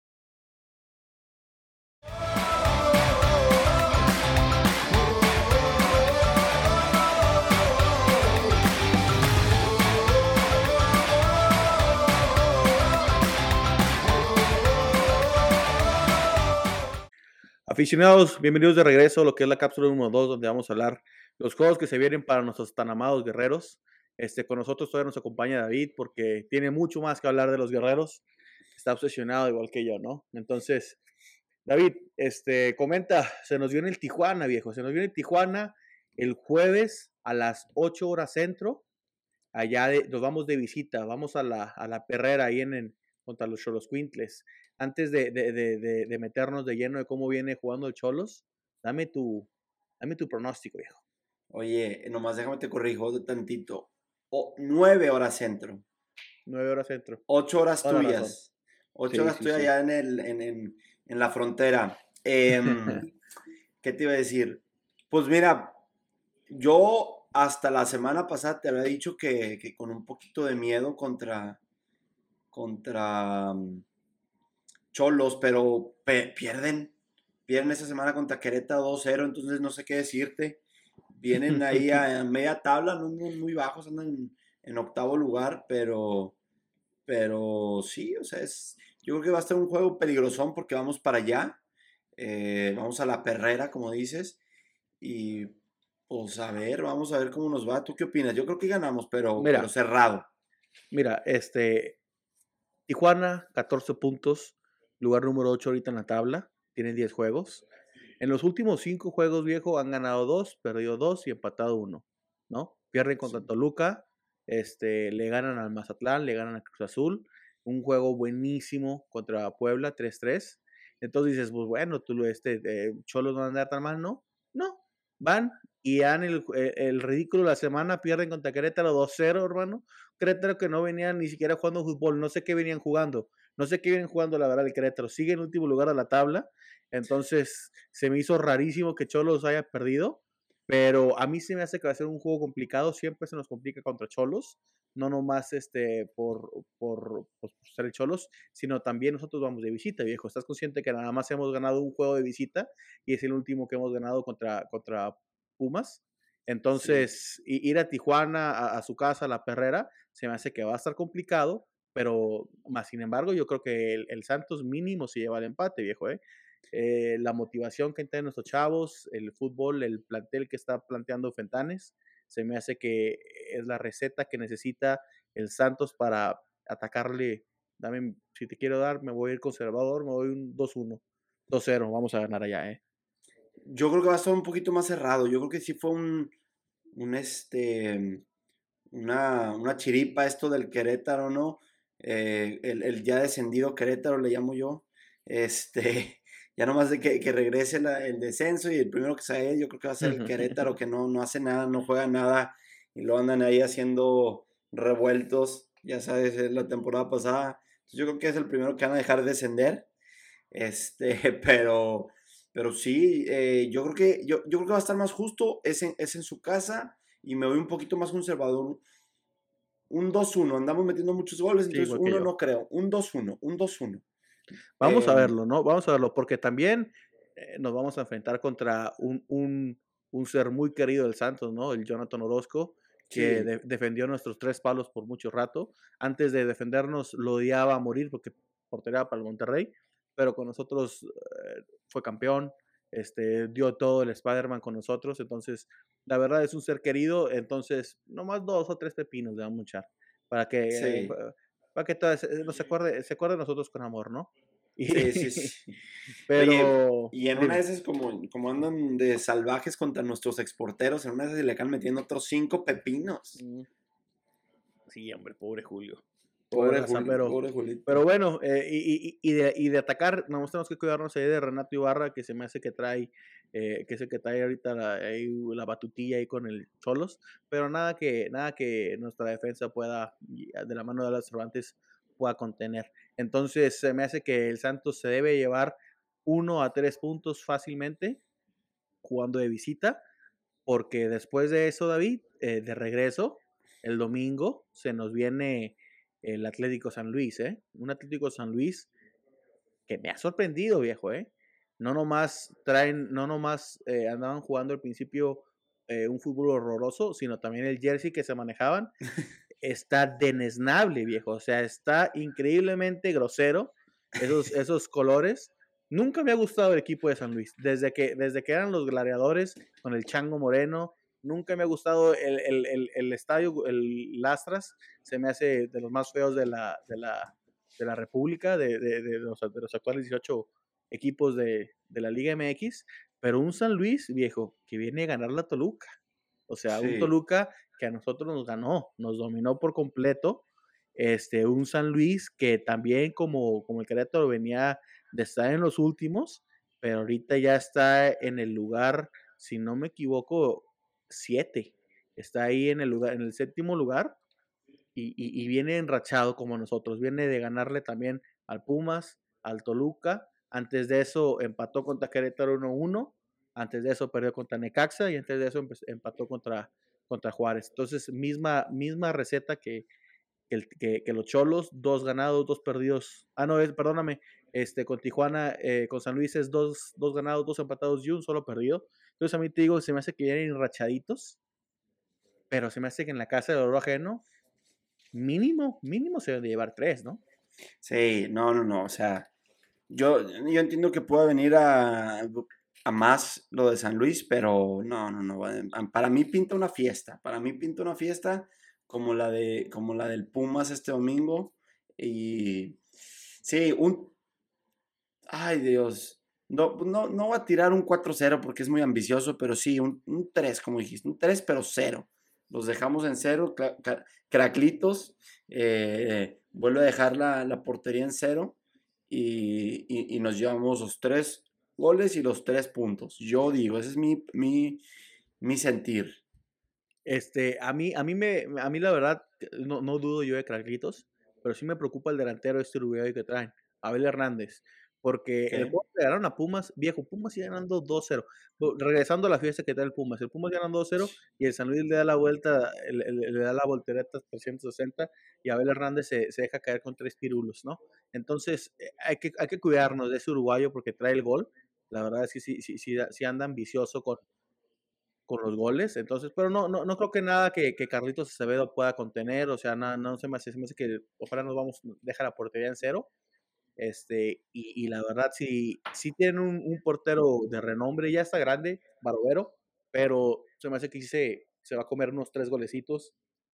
Aficionados, bienvenidos de regreso a lo que es la cápsula número 2, donde vamos a hablar de los juegos que se vienen para nuestros tan amados guerreros. Con nosotros todavía nos acompaña David porque tiene mucho más que hablar de los guerreros. Está obsesionado igual que yo, ¿no? Entonces, David, comenta, se nos viene el Tijuana, viejo. Se nos viene el Tijuana el jueves a las 8 horas centro. Nos vamos de visita, vamos a la perrera ahí contra los Xoloscuintles. Antes de meternos de lleno de cómo viene jugando el Cholos, dame tu pronóstico, viejo. Oye, nomás déjame te corrijo de tantito. 9 horas centro. 9 horas centro. 8 horas Toda la razón. tuyas. 8 Sí, horas sí, tuyas sí. allá en la frontera. ¿Qué te iba a decir? Pues mira, yo hasta la semana pasada te había dicho que con un poquito de miedo contra Cholos, pero pierden esa semana contra Querétaro 2-0, entonces no sé qué decirte. Vienen ahí a media tabla, no muy bajos, andan en octavo lugar, pero sí, o sea, yo creo que va a estar un juego peligrosón porque vamos para allá, vamos a la perrera, como dices, y pues vamos a ver cómo nos va. ¿Tú qué opinas? Yo creo que ganamos, pero Mira, cerrado. mira, Tijuana, 14 puntos, lugar número 8 ahorita en la tabla, tienen 10 juegos. En los últimos 5 juegos, viejo, han ganado 2, perdido 2 y empatado 1, ¿no? Pierden contra Sí. Toluca, le ganan al Mazatlán, le ganan a Cruz Azul, un juego buenísimo contra Puebla, 3-3. Entonces dices, pues bueno, Cholos no van a andar tan mal, ¿no? No, van y dan el ridículo la semana, pierden contra Querétaro 2-0, hermano. Querétaro que no venían ni siquiera jugando fútbol, no sé qué venían jugando, la verdad, el Querétaro. Sigue en último lugar de la tabla, entonces se me hizo rarísimo que Cholos haya perdido, pero a mí se me hace que va a ser un juego complicado, siempre se nos complica contra Cholos, no nomás por ser el Cholos, sino también nosotros vamos de visita, viejo. ¿Estás consciente que nada más hemos ganado un juego de visita y es el último que hemos ganado contra Pumas? Sí. Entonces, ir a Tijuana, a su casa, a La Perrera, se me hace que va a estar complicado, pero más sin embargo, yo creo que el Santos mínimo se lleva el empate, viejo, ¿eh? La motivación que tienen nuestros chavos, el fútbol, el plantel que está planteando Fentanes, se me hace que es la receta que necesita el Santos para atacarle. Si te quiero dar, me voy a ir conservador, me voy un 2-1, 2-0, vamos a ganar allá, ¿eh? Yo creo que va a estar un poquito más cerrado. Yo creo que sí fue una chiripa esto del Querétaro, ¿no? El ya descendido Querétaro le llamo yo. Ya nomás de que regrese el descenso y el primero que sale, yo creo que va a ser el Querétaro, que no hace nada, no juega nada y lo andan ahí haciendo revueltos, ya sabes, es la temporada pasada. Entonces yo creo que es el primero que van a dejar descender. Pero, pero sí, yo creo que va a estar más justo, es en su casa y me voy un poquito más conservador. Un 2-1, andamos metiendo muchos goles, Sí, entonces igual que uno yo. no creo. Un 2-1, un 2-1. Vamos a Em, verlo, ¿no? Vamos a verlo, porque también nos vamos a enfrentar contra un ser muy querido del Santos, ¿no? El Jonathan Orozco, que sí, defendió nuestros 3 palos por mucho rato. Antes de defendernos lo odiaba a morir porque portería para el Monterrey, pero con nosotros fue campeón, dio todo el Spider-Man con nosotros, entonces la verdad es un ser querido, entonces nomás 2 o 3 pepinos le vamos a echar para que, sí. para que se acuerde de nosotros con amor, ¿no? Sí, sí, sí. Oye, Pero, y en una de dime. esas, como andan de salvajes contra nuestros exporteros, en una de esas se le acaban metiendo otros 5 pepinos. Mm, sí, hombre, pobre Julio. Pobre Pobre raza, Julio, pobre pero Julito. bueno, y de atacar, nos tenemos que cuidarnos ahí de Renato Ibarra, que se me hace que trae, que es el que trae ahorita ahí la batutilla ahí con el Cholos, pero nada que nuestra defensa pueda, de la mano de las Cervantes, pueda contener. Entonces, se me hace que el Santos se debe llevar 1 a 3 puntos fácilmente jugando de visita, porque después de eso, David, de regreso, el domingo, se nos viene el Atlético San Luis, ¿eh? Un Atlético San Luis que me ha sorprendido, viejo, ¿eh? No nomás andaban jugando al principio un fútbol horroroso, sino también el jersey que se manejaban está denesnable, viejo. O sea, está increíblemente grosero esos colores. Nunca me ha gustado el equipo de San Luis. Desde que eran los gladiadores con el Chango Moreno, nunca me ha gustado el estadio, el Lastras. Se me hace de los más feos de la República, de los actuales 18 equipos de la Liga MX. Pero un San Luis, viejo, que viene a ganar la Toluca. O sea, un Sí. Toluca que a nosotros nos ganó, nos dominó por completo. Un San Luis que también como el Querétaro venía de estar en los últimos, pero ahorita ya está en el lugar, si no me equivoco, 7. Está ahí en el séptimo lugar y viene enrachado como nosotros. Viene de ganarle también al Pumas, al Toluca. Antes de eso empató contra Querétaro 1-1. Antes de eso perdió contra Necaxa y antes de eso empató contra Juárez. Entonces, misma receta que los Cholos, 2 ganados, 2 perdidos. Ah, no, perdóname, con Tijuana, con San Luis es 2 ganados, 2 empatados y un solo perdido. Entonces, a mí te digo, se me hace que vienen enrachaditos, pero se me hace que en la casa del oro ajeno, mínimo se deben de llevar 3, ¿no? Sí, no, no, no. O sea, yo entiendo que pueda venir a más lo de San Luis, pero no, no, no. Para mí pinta una fiesta. Para mí pinta una fiesta como la del Pumas este domingo. Y sí, ay Dios. No, no, no voy a tirar un 4-0 porque es muy ambicioso, pero sí, un 3 como dijiste, un 3 pero cero. Los dejamos en cero, Craclitos vuelve a dejar la portería en cero y nos llevamos los 3 goles y los 3 puntos. Yo digo, ese es mi sentir. A mí la verdad, no dudo yo de Craglitos, pero sí me preocupa el delantero uruguayo que traen, Abel Hernández, porque ¿Ok? el juego que ganaron a Pumas, viejo, Pumas iba ganando 2-0. Regresando a la fiesta que trae el Pumas ganando 2-0 y el San Luis le da la vuelta, le da la voltereta 360 y Abel Hernández se deja caer con 3 pirulos, ¿no? Entonces, hay que cuidarnos de ese uruguayo porque trae el gol. La verdad es que sí anda ambicioso con los goles, entonces, pero no creo que nada que Carlitos Acevedo pueda contener, o sea, no se me hace que ojalá nos vamos, deja la portería en cero, y la verdad sí tienen un portero de renombre, ya está grande, Barovero, pero se me hace que sí se va a comer unos 3 golecitos,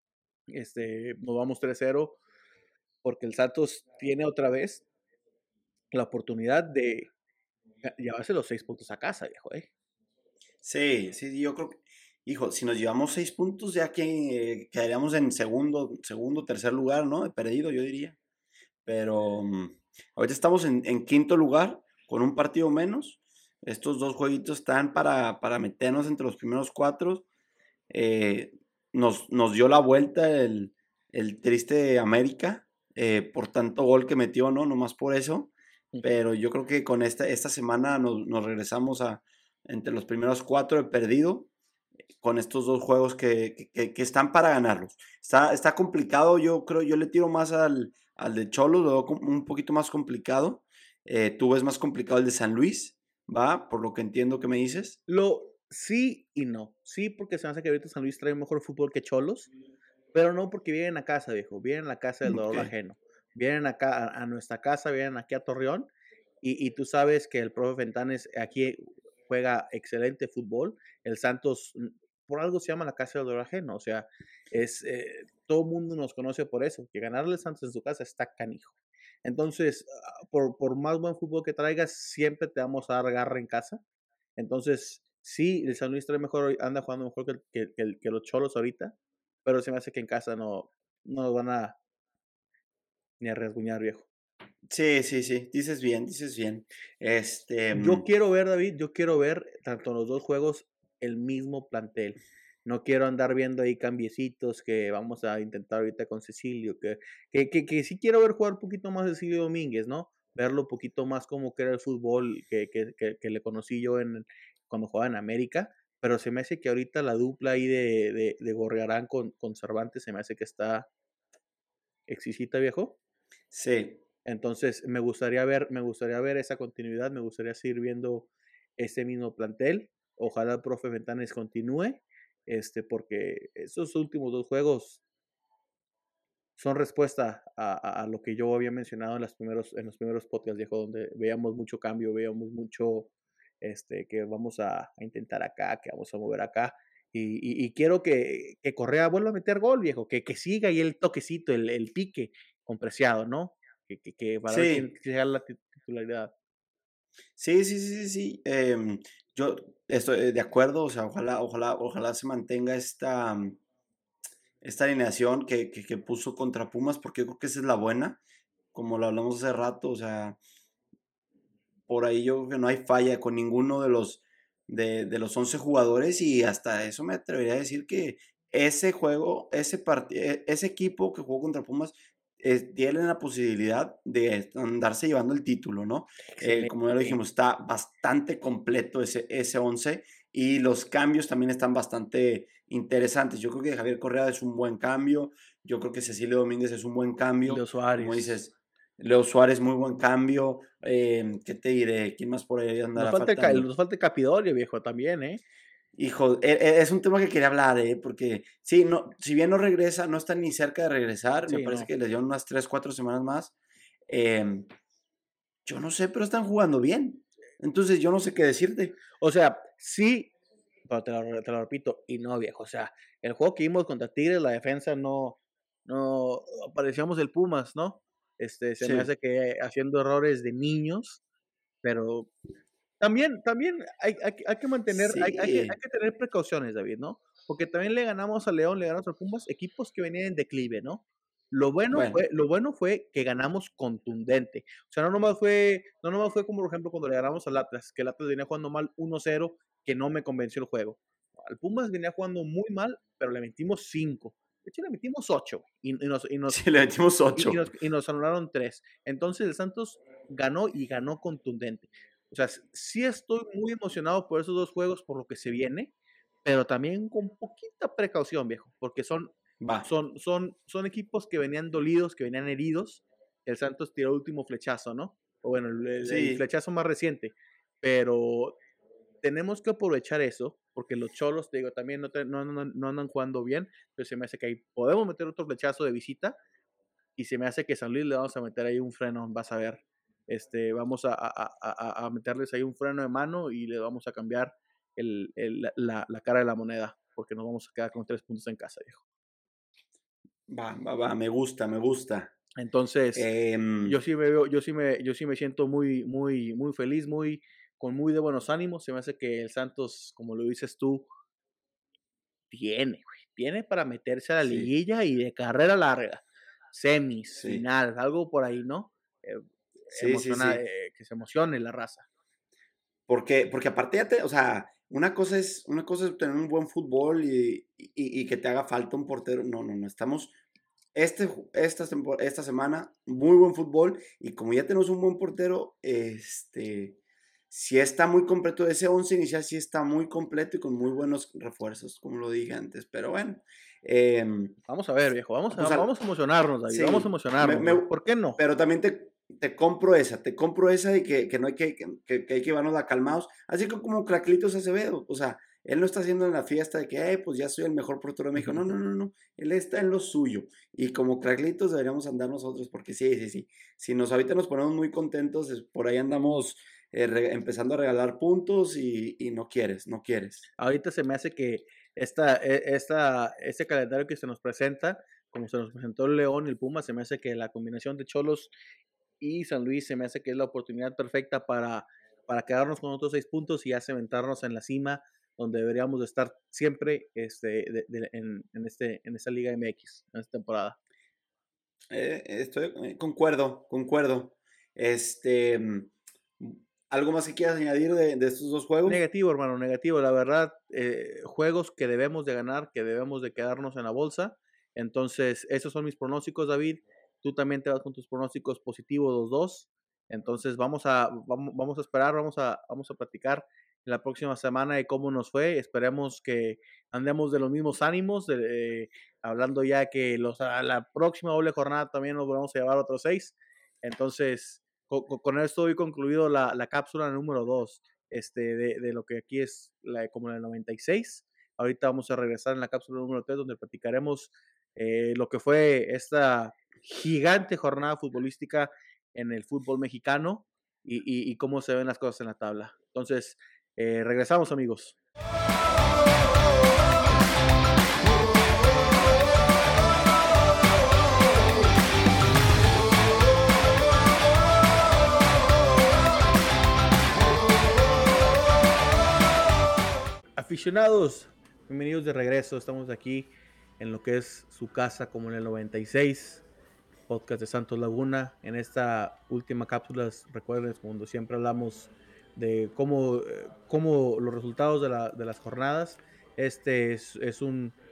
nos vamos 3-0, porque el Santos tiene otra vez la oportunidad de llevarse los 6 puntos a casa, viejo, Sí, sí, yo creo que, hijo, si nos llevamos 6 puntos, ya que quedaríamos en segundo, tercer lugar, ¿no? De perdido, yo diría. Pero ahorita estamos en quinto lugar, con un partido menos. Estos 2 jueguitos están para meternos entre los primeros 4. Eh, nos dio la vuelta el triste América, por tanto gol que metió, ¿no? Nomás por eso. Pero yo creo que con esta semana nos regresamos entre los primeros 4 de perdido con estos 2 juegos que están para ganarlos. Está complicado, yo creo, yo le tiro más al de Cholos, lo veo un poquito más complicado. Tú ves más complicado el de San Luis, ¿va? Por lo que entiendo que me dices. Sí y no. Sí, porque se me hace que ahorita San Luis trae mejor fútbol que Cholos, pero no porque vienen a casa, viejo. Vienen a la casa del Ok. dolor ajeno. Vienen acá a nuestra casa, vienen aquí a Torreón. Y tú sabes que el profe Fentanes aquí juega excelente fútbol. El Santos, por algo se llama la casa del dolor ajeno. O sea, todo el mundo nos conoce por eso. Que ganarle al Santos en su casa está canijo. Entonces, por más buen fútbol que traigas, siempre te vamos a dar garra en casa. Entonces, sí, el San Luis trae mejor, anda jugando mejor que los Cholos ahorita, pero se me hace que en casa no nos van a ni a rasguñar, viejo. Sí, sí, sí, dices bien, dices bien. Este, Yo quiero ver, David, yo quiero ver tanto en los 2 juegos el mismo plantel. No quiero andar viendo ahí cambiecitos que vamos a intentar ahorita con Cecilio, que sí quiero ver jugar un poquito más Cecilio Domínguez, ¿no? Verlo un poquito más como que era el fútbol que le conocí yo cuando jugaba en América, pero se me hace que ahorita la dupla ahí de Gorriarán con Cervantes se me hace que está exquisita, viejo. sí, Entonces, me gustaría ver esa continuidad, me gustaría seguir viendo ese mismo plantel. Ojalá el profe Fentanes continúe, porque esos últimos 2 juegos son respuesta a lo que yo había mencionado en los primeros podcasts, viejo, donde veíamos mucho cambio, veíamos mucho, que vamos a intentar acá, que vamos a mover acá. Y quiero que Correa vuelva a meter gol, viejo, que siga ahí el toquecito, el pique con Preciado, ¿no? Que para ver quién sí, llega la titularidad. sí, sí, sí, sí, sí. Yo estoy de acuerdo, o sea, ojalá se mantenga esta alineación que puso contra Pumas, porque yo creo que esa es la buena, como lo hablamos hace rato, o sea, por ahí yo creo que no hay falla con ninguno de los 11 jugadores y hasta eso me atrevería a decir que ese juego, ese equipo que jugó contra Pumas tiene la posibilidad de andarse llevando el título, ¿no? Como ya lo Excelente. dijimos, está bastante completo ese 11 y los cambios también están bastante interesantes. Yo creo que Javier Correa es un buen cambio, yo creo que Cecilio Domínguez es un buen Y cambio, los como Suárez. dices, Leo Suárez, muy buen cambio. ¿Qué te diré? ¿Quién más por ahí Nos andará falta, faltando? nos falta el Capidorio, viejo, también, ¿eh? Hijo, es un tema que quería hablar, porque sí, no, si bien no regresa, no está ni cerca de regresar, me Sí, parece no. que les dieron unas 3 4 semanas más. em, yo no sé, pero están jugando bien. Entonces yo no sé qué decirte. O sea, sí, pero te lo repito, y no, viejo. O sea, el juego que vimos contra Tigres, la defensa no parecíamos el Pumas, ¿no? Se me Sí, hace que haciendo errores de niños, pero también hay que mantener, hay, hay que, hay sí, que tener precauciones, David, ¿no? Porque también le ganamos a León, le ganamos a Pumas, equipos que venían en declive, ¿no? bueno, Lo bueno fue que ganamos contundente. O sea, no nomás fue como por ejemplo cuando le ganamos al Atlas, que el Atlas venía jugando mal 1-0, que no me convenció el juego. Al Pumas venía jugando muy mal, pero le metimos 5. De hecho, le metimos 8 sí, le metimos y 8. nos anularon 3. Entonces el Santos ganó y ganó contundente. O sea, sí estoy muy emocionado por esos 2 juegos, por lo que se viene, pero también con poquita precaución, viejo, porque son Va, son son son equipos que venían dolidos, que venían heridos. El Santos tiró el último flechazo, ¿no? O bueno, el sí, flechazo más reciente, pero tenemos que aprovechar eso, porque los Cholos, te digo, también no andan jugando bien, pero se me hace que ahí podemos meter otro flechazo de visita y se me hace que San Luis le vamos a meter ahí un freno, vas a ver. Vamos a meterles ahí un freno de mano y le vamos a cambiar la cara de la moneda, porque nos vamos a quedar con 3 puntos en casa, viejo. va, me gusta, me gusta. Entonces, Em, yo sí me siento muy, muy, muy feliz, con muy de buenos ánimos. Se me hace que el Santos, como lo dices tú, tiene para meterse a la sí, liguilla y de carrera larga, semis, sí, final, algo por ahí, ¿no? Eh, sí, sí, sí. que se emocione la raza. Porque aparte o sea, una cosa es tener un buen fútbol y que te haga falta un portero. No, no, no, estamos esta semana, muy buen fútbol y como ya tenemos un buen portero, sí está muy completo, ese 11 inicial sí está muy completo y con muy buenos refuerzos, como lo dije antes, pero bueno, em, Vamos a ver, viejo, vamos a, pues al vamos a emocionarnos, David, vamos a sí, emocionarnos, viejo. ¿Por qué no? pero también te compro esa de que no hay que hay que llevárnosla calmados, así que como Craclitos Acevedo, o sea, él no está haciendo en la fiesta de que, pues ya soy el mejor portero de México, no, no, no, no, él está en lo suyo, y como Craclitos deberíamos andar nosotros, porque sí, sí, sí, si nos ahorita nos ponemos muy contentos, por ahí andamos empezando a regalar puntos y no quieres, no quieres. Ahorita se me hace que este calendario que se nos presenta, como se nos presentó el León y el Puma, se me hace que la combinación de Cholos y San Luis se me hace que es la oportunidad perfecta para quedarnos con otros 6 puntos y ya cementarnos en la cima donde deberíamos de estar siempre en esta Liga MX, en esta temporada. Concuerdo. Este, mm, ¿Algo más que quieras añadir de estos dos juegos? Negativo, hermano, negativo. La verdad, juegos que debemos de ganar, que debemos de quedarnos en la bolsa. Entonces, esos son mis pronósticos, David. Tú también te vas con tus pronósticos positivos los dos. Entonces, vamos a esperar, vamos a platicar la próxima semana de cómo nos fue. Esperemos que andemos de los mismos ánimos, hablando ya que a la próxima doble jornada también nos vamos a llevar otros 6. Entonces, con esto hoy concluido la cápsula número 2 de lo que aquí es como en el 96. Ahorita vamos a regresar en la cápsula número 3 donde platicaremos lo que fue esta gigante jornada futbolística en el fútbol mexicano y cómo se ven las cosas en la tabla. Entonces, regresamos, amigos. Aficionados, bienvenidos de regreso. Estamos aquí en lo que es su casa como en el 96, podcast de Santos Laguna. En esta última cápsula, recuerden, cuando siempre hablamos de cómo los resultados de las jornadas. Este es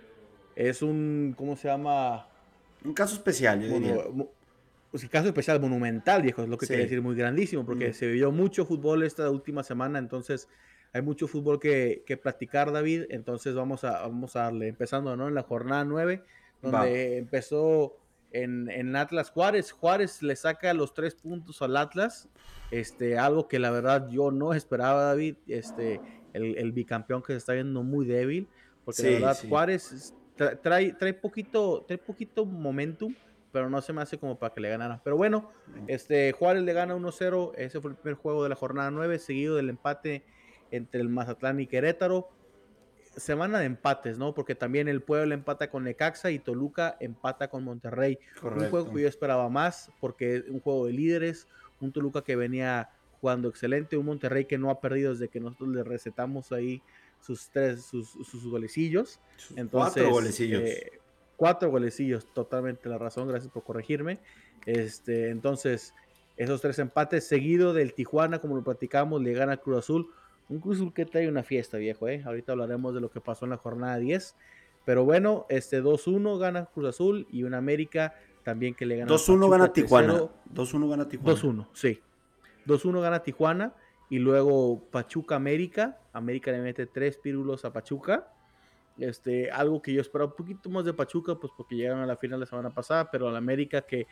un, ¿cómo se llama? Un caso especial, yo diría. Pues el caso especial monumental, viejo, es lo que Sí. quería decir, muy grandísimo, porque se vio mucho fútbol esta última semana, entonces hay mucho fútbol que platicar, David, entonces vamos a darle, empezando, ¿no? En la jornada 9, donde empezó en Atlas Juárez. Juárez le saca los 3 puntos al Atlas, algo que la verdad yo no esperaba, David, el bicampeón que se está viendo muy débil, porque la verdad Juárez trae poquito momentum, pero no se me hace como para que le ganaran. Pero bueno, Juárez le gana 1-0, ese fue el primer juego de la jornada 9, seguido del empate entre el Mazatlán y Querétaro. Semana de empates, ¿no? Porque también el Puebla empata con Necaxa y Toluca empata con Monterrey. Correcto. Un juego que yo esperaba más, porque es un juego de líderes, un Toluca que venía jugando excelente, un Monterrey que no ha perdido desde que nosotros le recetamos ahí sus golecillos. Entonces, 4 golecillos. 4 golecillos, totalmente la razón, gracias por corregirme. Entonces, esos 3 empates, seguido del Tijuana, como lo platicamos, le gana Cruz Azul. Un Cruz Azul que trae una fiesta, viejo, Ahorita hablaremos de lo que pasó en la jornada 10. Pero bueno, 2-1 gana Cruz Azul y un América también que le gana 2-1 gana Tijuana. 2-1 gana Tijuana. 2-1, sí. 2-1 gana Tijuana y luego Pachuca América. América le mete 3 pírulos a Pachuca. Algo que yo esperaba un poquito más de Pachuca, pues porque llegaron a la final la semana pasada, pero al América que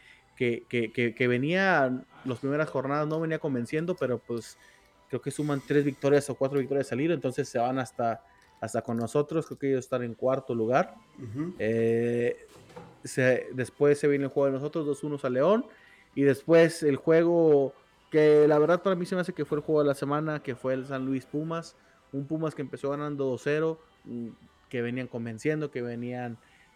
venía las primeras jornadas no venía convenciendo, pero pues creo que suman 3 victorias o 4 victorias al hilo, entonces se van hasta con nosotros, creo que ellos están en cuarto lugar. Después se viene el juego de nosotros, 2-1 a León, y después el juego que la verdad para mí se me hace que fue el juego de la semana, que fue el San Luis Pumas, un Pumas que empezó ganando 2-0, que venían convenciendo, que venían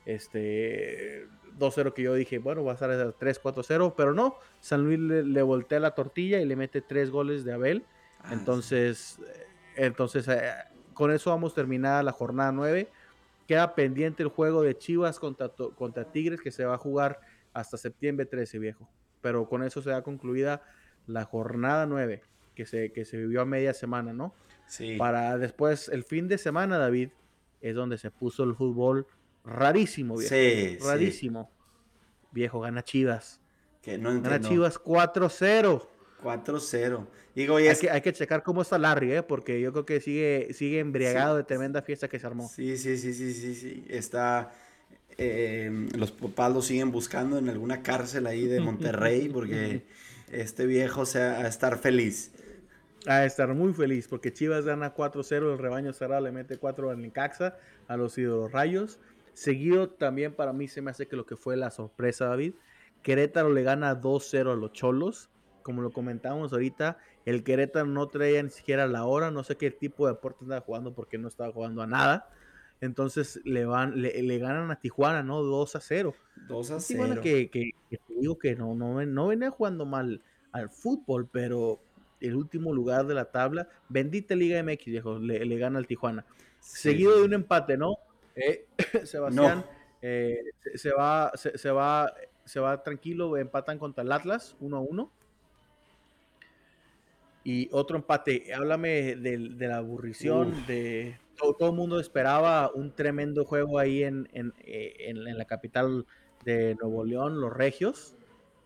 2-0, que yo dije, bueno, va a estar 3-4-0, pero no, San Luis le voltea la tortilla y le mete 3 goles de Abel. Entonces, con eso vamos terminada la jornada 9. Queda pendiente el juego de Chivas contra Tigres, que se va a jugar hasta septiembre 13, viejo. Pero con eso se da concluida la jornada 9, que se vivió a media semana, ¿no? Sí. Para después, el fin de semana, David, es donde se puso el fútbol rarísimo, viejo. Sí, rarísimo. Sí. Viejo, gana Chivas. Que no entiendo. Gana Chivas 4-0. 4-0. Digo, hay que checar cómo está Larry, porque yo creo que sigue embriagado de tremenda fiesta que se armó. Sí. Está... los papás lo siguen buscando en alguna cárcel ahí de Monterrey porque este viejo se va a estar feliz. A estar muy feliz porque Chivas gana 4-0, el rebaño cerrado le mete 4 al Necaxa, a los Ídolos Rayos. Seguido también para mí se me hace que lo que fue la sorpresa, David, Querétaro le gana 2-0 a los Cholos. Como lo comentábamos ahorita, el Querétaro no traía ni siquiera la hora, no sé qué tipo de deporte estaba jugando porque no estaba jugando a nada. Entonces le ganan a Tijuana, ¿no? 2-0. 2-0. Tijuana que digo que no venía jugando mal al fútbol, pero el último lugar de la tabla, bendita Liga MX, viejo, le gana al Tijuana. Sí, sí, Seguido de sí. un empate, ¿no? Sebastián No, se va, se va tranquilo, empatan contra el Atlas, 1-1. Y otro empate, háblame de la aburrición, uff, de todo el mundo esperaba un tremendo juego ahí en la capital de Nuevo León, los Regios.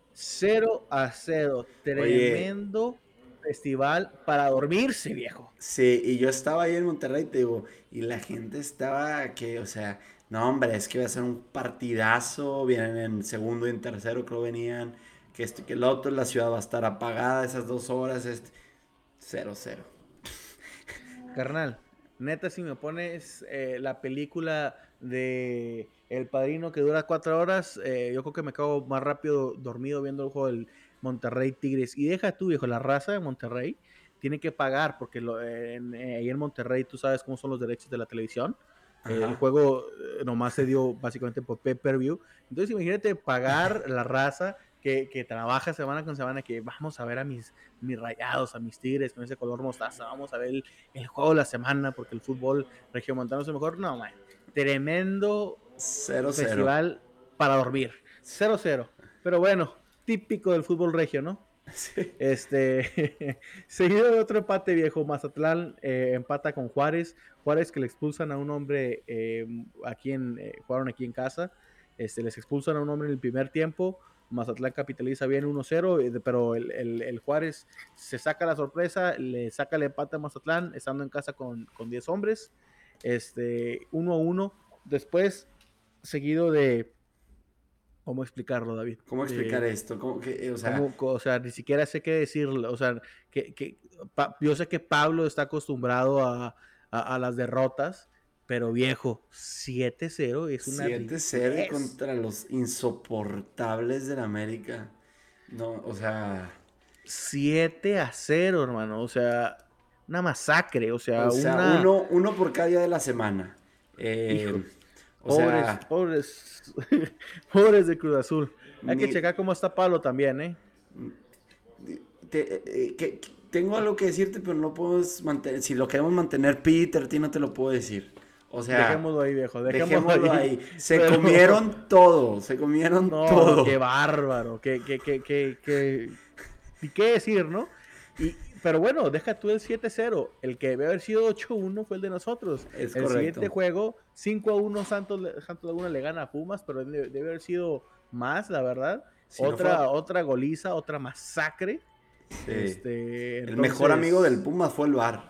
0-0, oye, tremendo festival para dormirse, viejo. sí, y yo estaba ahí en Monterrey, te digo, y la gente estaba que, o sea, no, hombre, es que va a ser un partidazo, vienen en segundo y en tercero, creo venían, que esto y que el otro, la ciudad va a estar apagada esas 2 horas, 0-0. Carnal, neta, si me pones la película de El Padrino que dura 4 horas, yo creo que me acabo más rápido dormido viendo el juego del Monterrey Tigres. Y deja tú, viejo, la raza de Monterrey tiene que pagar, porque ahí en Monterrey tú sabes cómo son los derechos de la televisión. El Ajá. juego nomás se dio básicamente por pay-per-view. Entonces imagínate pagar la raza que trabaja semana con semana, que vamos a ver a mis rayados, a mis tigres con ese color mostaza, vamos a ver el juego de la semana, porque el fútbol regiomontano es el mejor. No, man. Tremendo 0-0. festival para dormir. 0-0. Pero bueno, típico del fútbol regio, ¿no? Sí. Seguido de otro empate, viejo. Mazatlán empata con Juárez. Juárez que le expulsan a un hombre jugaron aquí en casa. Les expulsan a un hombre en el primer tiempo. Mazatlán capitaliza bien 1-0, pero el Juárez se saca la sorpresa, le saca el empate a Mazatlán, estando en casa con 10 hombres. 1-1. Después, seguido de, ¿cómo explicarlo, David? ¿Cómo explicar De esto? ¿Cómo que, o sea, o sea, ni siquiera sé qué decirle, o sea, yo sé que Pablo está acostumbrado a las derrotas, pero viejo, 7-0 es una 7-0 y ridiculez. contra los insoportables del América? No, o sea, 7-0, hermano, o sea, una masacre, o sea, uno por cada día de la semana. hijo, O sea, pobres, pobres de Cruz Azul. Hay que ni, checar cómo está Pablo también, ¿eh? tengo algo que decirte, pero no puedo mantener. Si lo queremos mantener, Peter, a ti no te lo puedo decir. O sea, Dejémoslo ahí, viejo, dejémoslo dejémoslo ahí. ahí. Se Pero, comieron todo, se comieron no, qué todo. bárbaro, ni qué decir, ¿no? Pero bueno, deja tú el 7-0. El que debe haber sido 8-1 fue el de nosotros. Es El siguiente correcto. juego, 5-1, Santos Laguna le gana a Pumas, pero debe haber sido más, la verdad. Si no fuera, Otra goliza, otra masacre. sí. El mejor amigo del Entonces, Puma fue el VAR.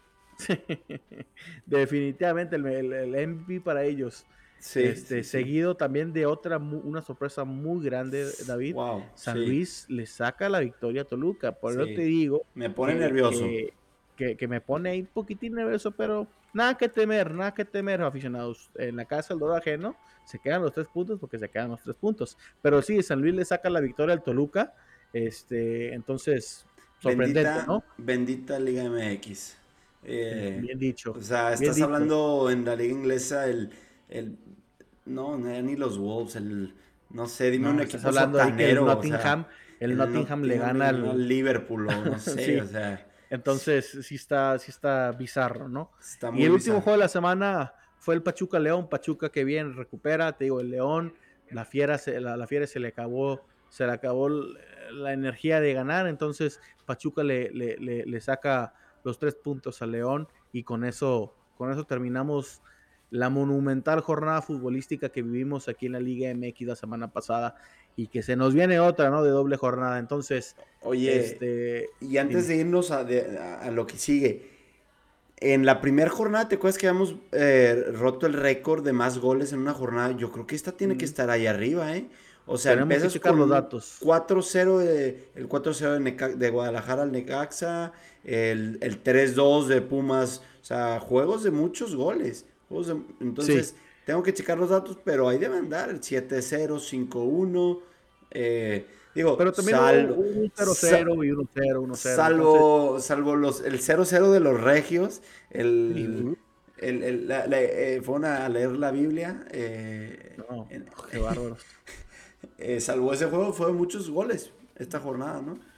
definitivamente el MVP para ellos. Sí, sí, sí. Seguido también de una sorpresa muy grande, David. Wow, San sí, Luis le saca la victoria a Toluca. Por eso te sí. digo Me pone que, nervioso. que, que me pone ahí un poquitín nervioso, pero nada que temer, aficionados. En la casa del Dorado Ajeno se quedan los 3 puntos porque se quedan los 3 puntos. Pero sí, San Luis le saca la victoria al Toluca. Entonces, sorprendente, Bendita, ¿no? bendita Liga MX. Bien dicho, O sea, bien estás dicho. hablando en la liga inglesa el no era ni los Wolves, no sé, dime un No, estás equipo hablando ahí que sotanero, o sea, el el Nottingham le Nottingham le gana ganó al. al Liverpool o no sé, o Sí, sea, entonces sí está bizarro, ¿no? está Y muy el último bizarro. juego de la semana fue el Pachuca León, Pachuca que bien recupera, te digo, el León, la fiera se le acabó la energía de ganar, entonces Pachuca le saca los 3 puntos al León y con eso terminamos la monumental jornada futbolística que vivimos aquí en la Liga MX la semana pasada y que se nos viene otra, ¿no? De doble jornada. Entonces, Oye, y antes dime. de irnos a lo que sigue, en la primera jornada, ¿te acuerdas que habíamos roto el récord de más goles en una jornada? Yo creo que esta tiene que Mm, estar ahí arriba, ¿eh? O sea, Tenemos que empiezas checar con los un datos. 4-0, el 4-0 de Guadalajara al Necaxa, el 3-2 de Pumas, o sea, juegos de muchos goles. Sí, Entonces, tengo que checar los datos, pero ahí deben andar, el 7-0, 5-1, digo, pero también hubo un 0-0 y 1-0, 1-0. Entonces, el 0-0 de los regios, sí, fueron a leer la Biblia, no, qué bárbaros. salvo ese juego, fue muchos goles esta jornada, ¿no?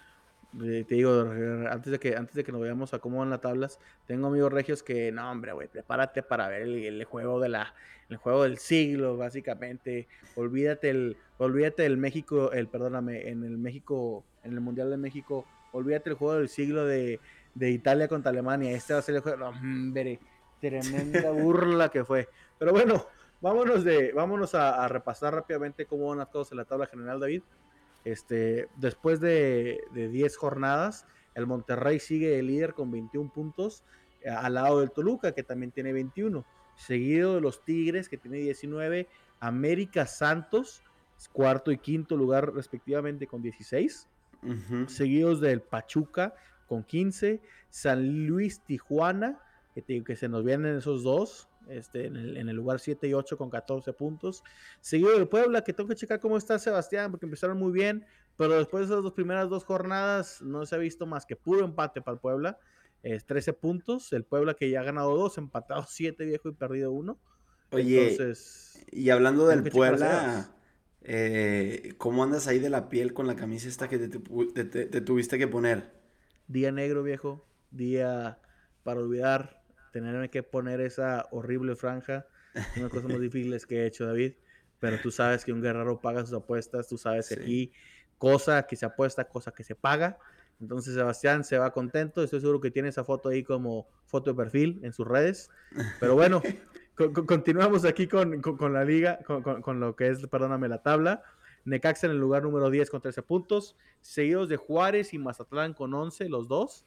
Te digo, antes de que nos veamos a cómo van las tablas, tengo amigos regios que, no, hombre, güey, prepárate para ver el juego el juego del siglo, básicamente. Olvídate del México, perdóname, en el México, en el Mundial de México, olvídate el juego del siglo de Italia contra Alemania. Este va a ser el juego, no, hombre, tremenda burla que fue. Pero bueno, vámonos a repasar rápidamente cómo van las cosas en la tabla general, David. Después de 10 jornadas, el Monterrey sigue el líder con 21 puntos, al lado del Toluca, que también tiene 21, seguido de los Tigres, que tiene 19, América Santos, cuarto y quinto lugar respectivamente con 16, Ujú. seguidos del Pachuca con 15, San Luis Tijuana, que se nos vienen esos dos, en el lugar 7 y 8 con 14 puntos, seguido del Puebla, que tengo que checar cómo está Sebastián, porque empezaron muy bien, pero después de esas primeras dos jornadas no se ha visto más que puro empate para el Puebla, 13 puntos, el Puebla que ya ha ganado dos, empatado 7 viejo y perdido uno, Oye, entonces y hablando tengo del que checar a Sebas. Puebla, ¿cómo andas ahí de la piel con la camisa esta que te tuviste que poner? Día negro, viejo, día para olvidar, tenerme que poner esa horrible franja, una de las cosas más difíciles que he hecho, David, pero tú sabes que un guerrero paga sus apuestas, tú sabes que Sí. aquí cosa que se apuesta, cosa que se paga, entonces Sebastián se va contento, estoy seguro que tiene esa foto ahí como foto de perfil en sus redes, pero bueno, continuamos aquí con la liga, con lo que es, perdóname, la tabla. Necaxa en el lugar número 10 con 13 puntos, seguidos de Juárez y Mazatlán con 11, los dos.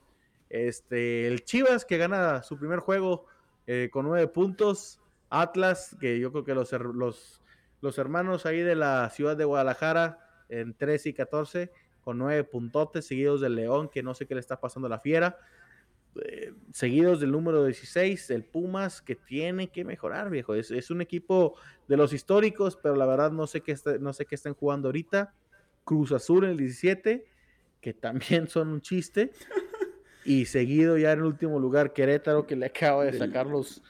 El Chivas que gana su primer juego con 9 puntos. Atlas, que yo creo que los hermanos ahí de la ciudad de Guadalajara en 13 y 14 con 9 puntotes, seguidos del León, que no sé qué le está pasando a la Fiera. Seguidos del número 16, el Pumas, que tiene que mejorar, viejo. Es un equipo de los históricos, pero la verdad no sé qué están jugando ahorita. Cruz Azul en el 17, que también son un chiste. Y seguido ya en el último lugar, Querétaro, que le acaba de Del- sacar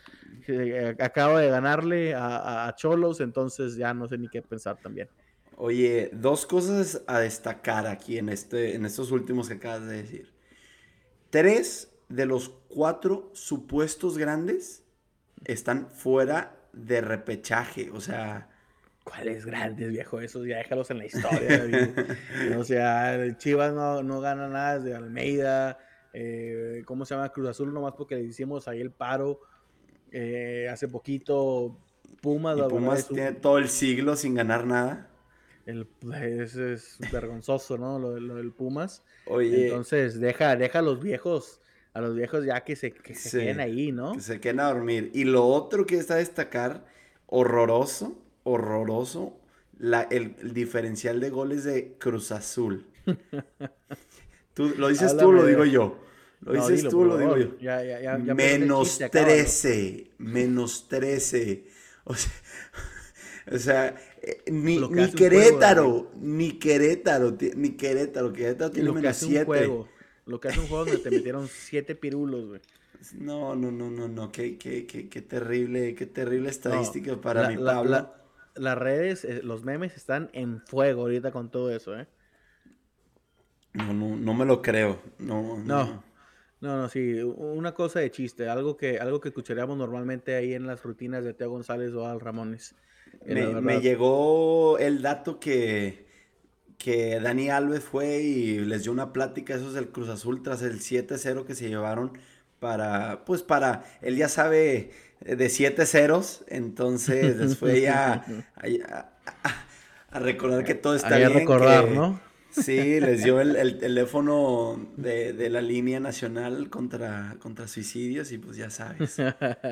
acaba de ganarle a Cholos, entonces ya no sé ni qué pensar también. Oye, dos cosas a destacar aquí en estos últimos que acabas de decir. Tres de los cuatro supuestos grandes están fuera de repechaje. O sea, ¿Cuáles grandes, viejo? Esos ya déjalos en la historia, David. O sea, el Chivas no gana nada de Almeida. ¿Cómo se llama? Cruz Azul, nomás porque le hicimos ahí el paro. Hace poquito, Pumas, y la verdad, Pumas tiene todo el siglo sin ganar nada. es vergonzoso, ¿no? Lo del Pumas. Oye, Entonces, deja a los viejos ya que se queden sí, ahí, que ¿no? se queden a dormir. Y lo otro que está a destacar, horroroso, horroroso, el diferencial de goles de Cruz Azul. ¿Tú, lo dices tú o Háblame lo digo de. yo? ¿Lo No, dices dilo, tú o por lo digo yo? favor. Ya me arruiné el chiste, acábalo. Menos 13. O sea, o sea, ni, Lo que ni hace un juego, David. Querétaro, Querétaro tiene Lo que menos hace un 7. juego. Lo que hace un juego donde te metieron 7 pirulos, güey. No, no, no, no, no, qué terrible No, estadística para la, mi la, Pablo. la, las redes, los memes están en fuego ahorita con todo eso, ¿eh? No, no, no me lo creo. No, No, no. no, sí, una cosa de chiste, algo que escucharíamos normalmente ahí en las rutinas de Teo González o Al Ramones, la Me verdad. llegó el dato que Dani Alves fue y les dio una plática a esos del Cruz Azul tras el 7-0 que se llevaron él ya sabe de 7 ceros, entonces les fue a recordar que todo está Ahí a bien, recordar, que ¿no? sí, les dio el teléfono de la línea nacional contra suicidios y pues ya sabes.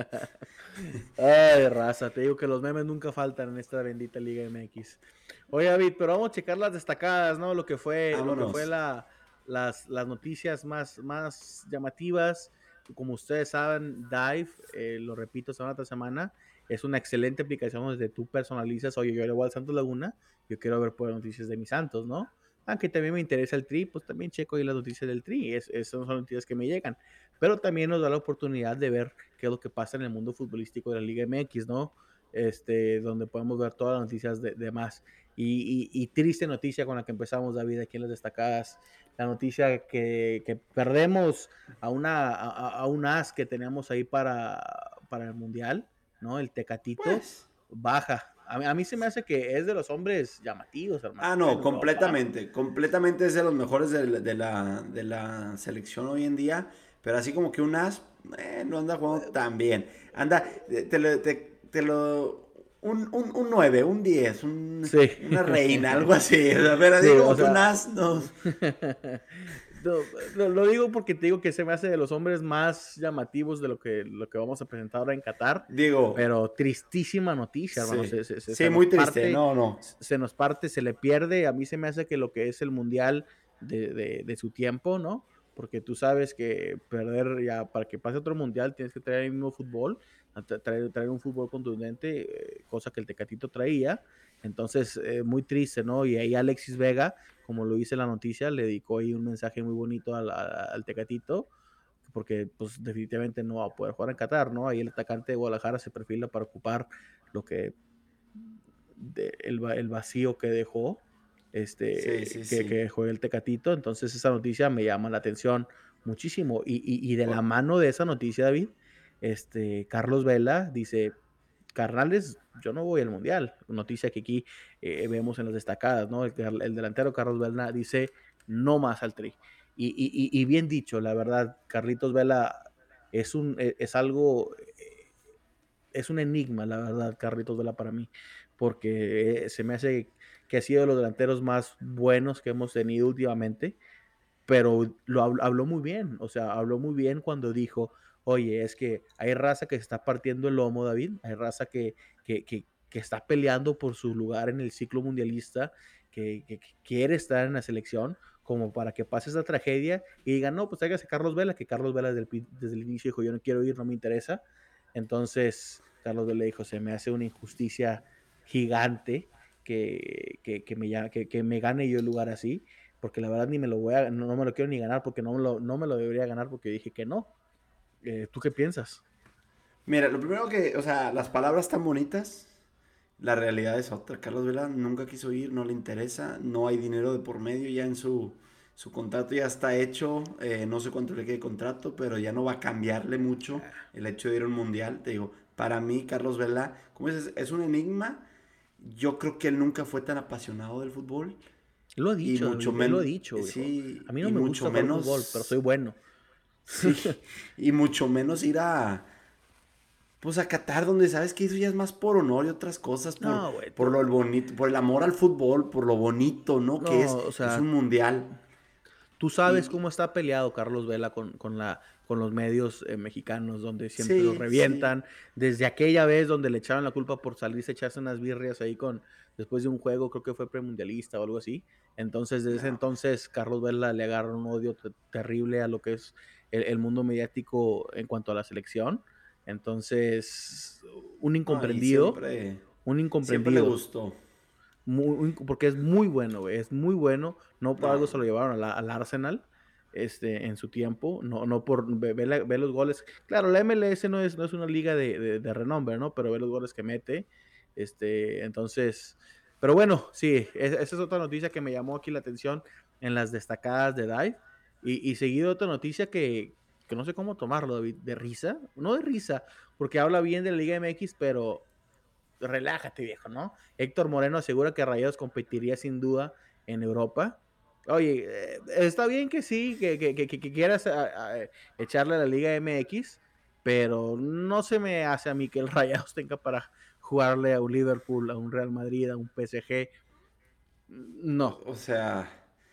Ay, raza, te digo que los memes nunca faltan en esta bendita Liga MX. Oye, David, pero vamos a checar las destacadas, ¿no? Lo que fue Vámonos. las noticias más llamativas. Como ustedes saben, Dive, lo repito semana tras semana, es una excelente aplicación donde tú personalizas, oye, yo le voy al Santos Laguna, yo quiero ver por noticias de mis Santos, ¿no? Aunque también me interesa el Tri, pues también checo ahí las noticias del Tri, esas son noticias que me llegan, pero también nos da la oportunidad de ver qué es lo que pasa en el mundo futbolístico de la Liga MX, ¿no? Donde podemos ver todas las noticias de más. Y triste noticia con la que empezamos, David, aquí en las destacadas. La noticia que perdemos a un as que teníamos ahí para el Mundial, ¿no? El Tecatito Pues. baja. A mí se me hace que es de los hombres llamativos, Ah, hermano, no, en Europa. completamente. Completamente es de los mejores de la selección hoy en día. Pero así como que un as, no anda jugando tan bien. Anda, un 9, un 10, Sí. una reina, algo así. O sea, pero Sí, así o como que un sea, as, no. no, lo digo porque te digo que se me hace de los hombres más llamativos de lo que vamos a presentar ahora en Qatar, Digo, pero tristísima noticia, hermano, sí. Sí, se nos muy triste. parte, No, no. se nos parte, se le pierde, a mí se me hace que lo que es el mundial de su tiempo, ¿no? Porque tú sabes que perder ya, para que pase otro mundial, tienes que traer el mismo fútbol, traer un fútbol contundente, cosa que el Tecatito traía, entonces muy triste, ¿no? Y ahí Alexis Vega, como lo dice la noticia, le dedicó ahí un mensaje muy bonito al Tecatito, porque pues definitivamente no va a poder jugar en Qatar, ¿no? Ahí el atacante de Guadalajara se perfila para ocupar lo que el vacío que dejó, Sí, sí, que sí. dejó el Tecatito, entonces esa noticia me llama la atención muchísimo, y de la O- mano de esa noticia, David, Carlos Vela dice, carnales, yo no voy al Mundial. Noticia que aquí vemos en las destacadas, ¿no? El delantero Carlos Vela dice no más al Tri. Y bien dicho, la verdad, Carlitos Vela es algo, es un enigma, la verdad, Carlitos Vela para mí, porque se me hace que ha sido de los delanteros más buenos que hemos tenido últimamente, pero habló muy bien, o sea, habló muy bien cuando dijo, oye, es que hay raza que se está partiendo el lomo, David, hay raza que está peleando por su lugar en el ciclo mundialista, que quiere estar en la selección, como para que pase esta tragedia y digan, no, pues tráigase a Carlos Vela, que Carlos Vela desde el inicio dijo, yo no quiero ir, no me interesa. Entonces, Carlos Vela dijo, se me hace una injusticia gigante que me gane yo el lugar así, porque la verdad ni me lo voy a, no me lo quiero ni ganar porque no me lo debería ganar porque dije que no. ¿Tú qué piensas? Mira, lo primero que, o sea, las palabras tan bonitas, la realidad es otra. Carlos Vela nunca quiso ir, no le interesa, no hay dinero de por medio, ya en su contrato ya está hecho, no sé cuánto le quede de contrato, pero ya no va a cambiarle mucho el hecho de ir a un mundial. Te digo, para mí, Carlos Vela, como dices, es un enigma. Yo creo que él nunca fue tan apasionado del fútbol Lo ha y dicho, mucho David, él lo ha menos, dicho, viejo. A sí, mí no y me mucho gusta jugar fútbol, pero soy menos, bueno. sí, y mucho menos ir pues a Qatar, donde sabes que eso ya es más por honor y otras cosas, No, güey. por lo bonito, por el amor al fútbol, por lo bonito, ¿no? Que No, o es un sea, mundial. tú sabes Y cómo está peleado Carlos Vela con los medios mexicanos, donde siempre los sí, sí. revientan. Desde aquella vez donde le echaron la culpa por salirse a echarse unas birrias ahí después de un juego, creo que fue premundialista o algo así. Entonces, desde ese No. entonces, Carlos Vela le agarra un odio terrible a lo que es el mundo mediático en cuanto a la selección. Entonces, un No, y incomprendido, siempre, un siempre le incomprendido gustó. porque es muy bueno, güey, es muy bueno. No por algo No, se lo llevaron al Arsenal en su tiempo, no por ve los goles. Claro, la MLS no es una liga de renombre, ¿no? Pero ve los goles que mete. Entonces, pero bueno, sí, esa es otra noticia que me llamó aquí la atención en las destacadas de Dive. Y seguido otra noticia que no sé cómo tomarlo, David, de risa, no de risa, porque habla bien de la Liga MX, pero relájate, viejo, ¿no? Héctor Moreno asegura que Rayados competiría sin duda en Europa. Oye, está bien que sí, que quieras echarle a la Liga MX, pero no se me hace a mí que el Rayados tenga para jugarle a un Liverpool, a un Real Madrid, a un PSG. No, o sea,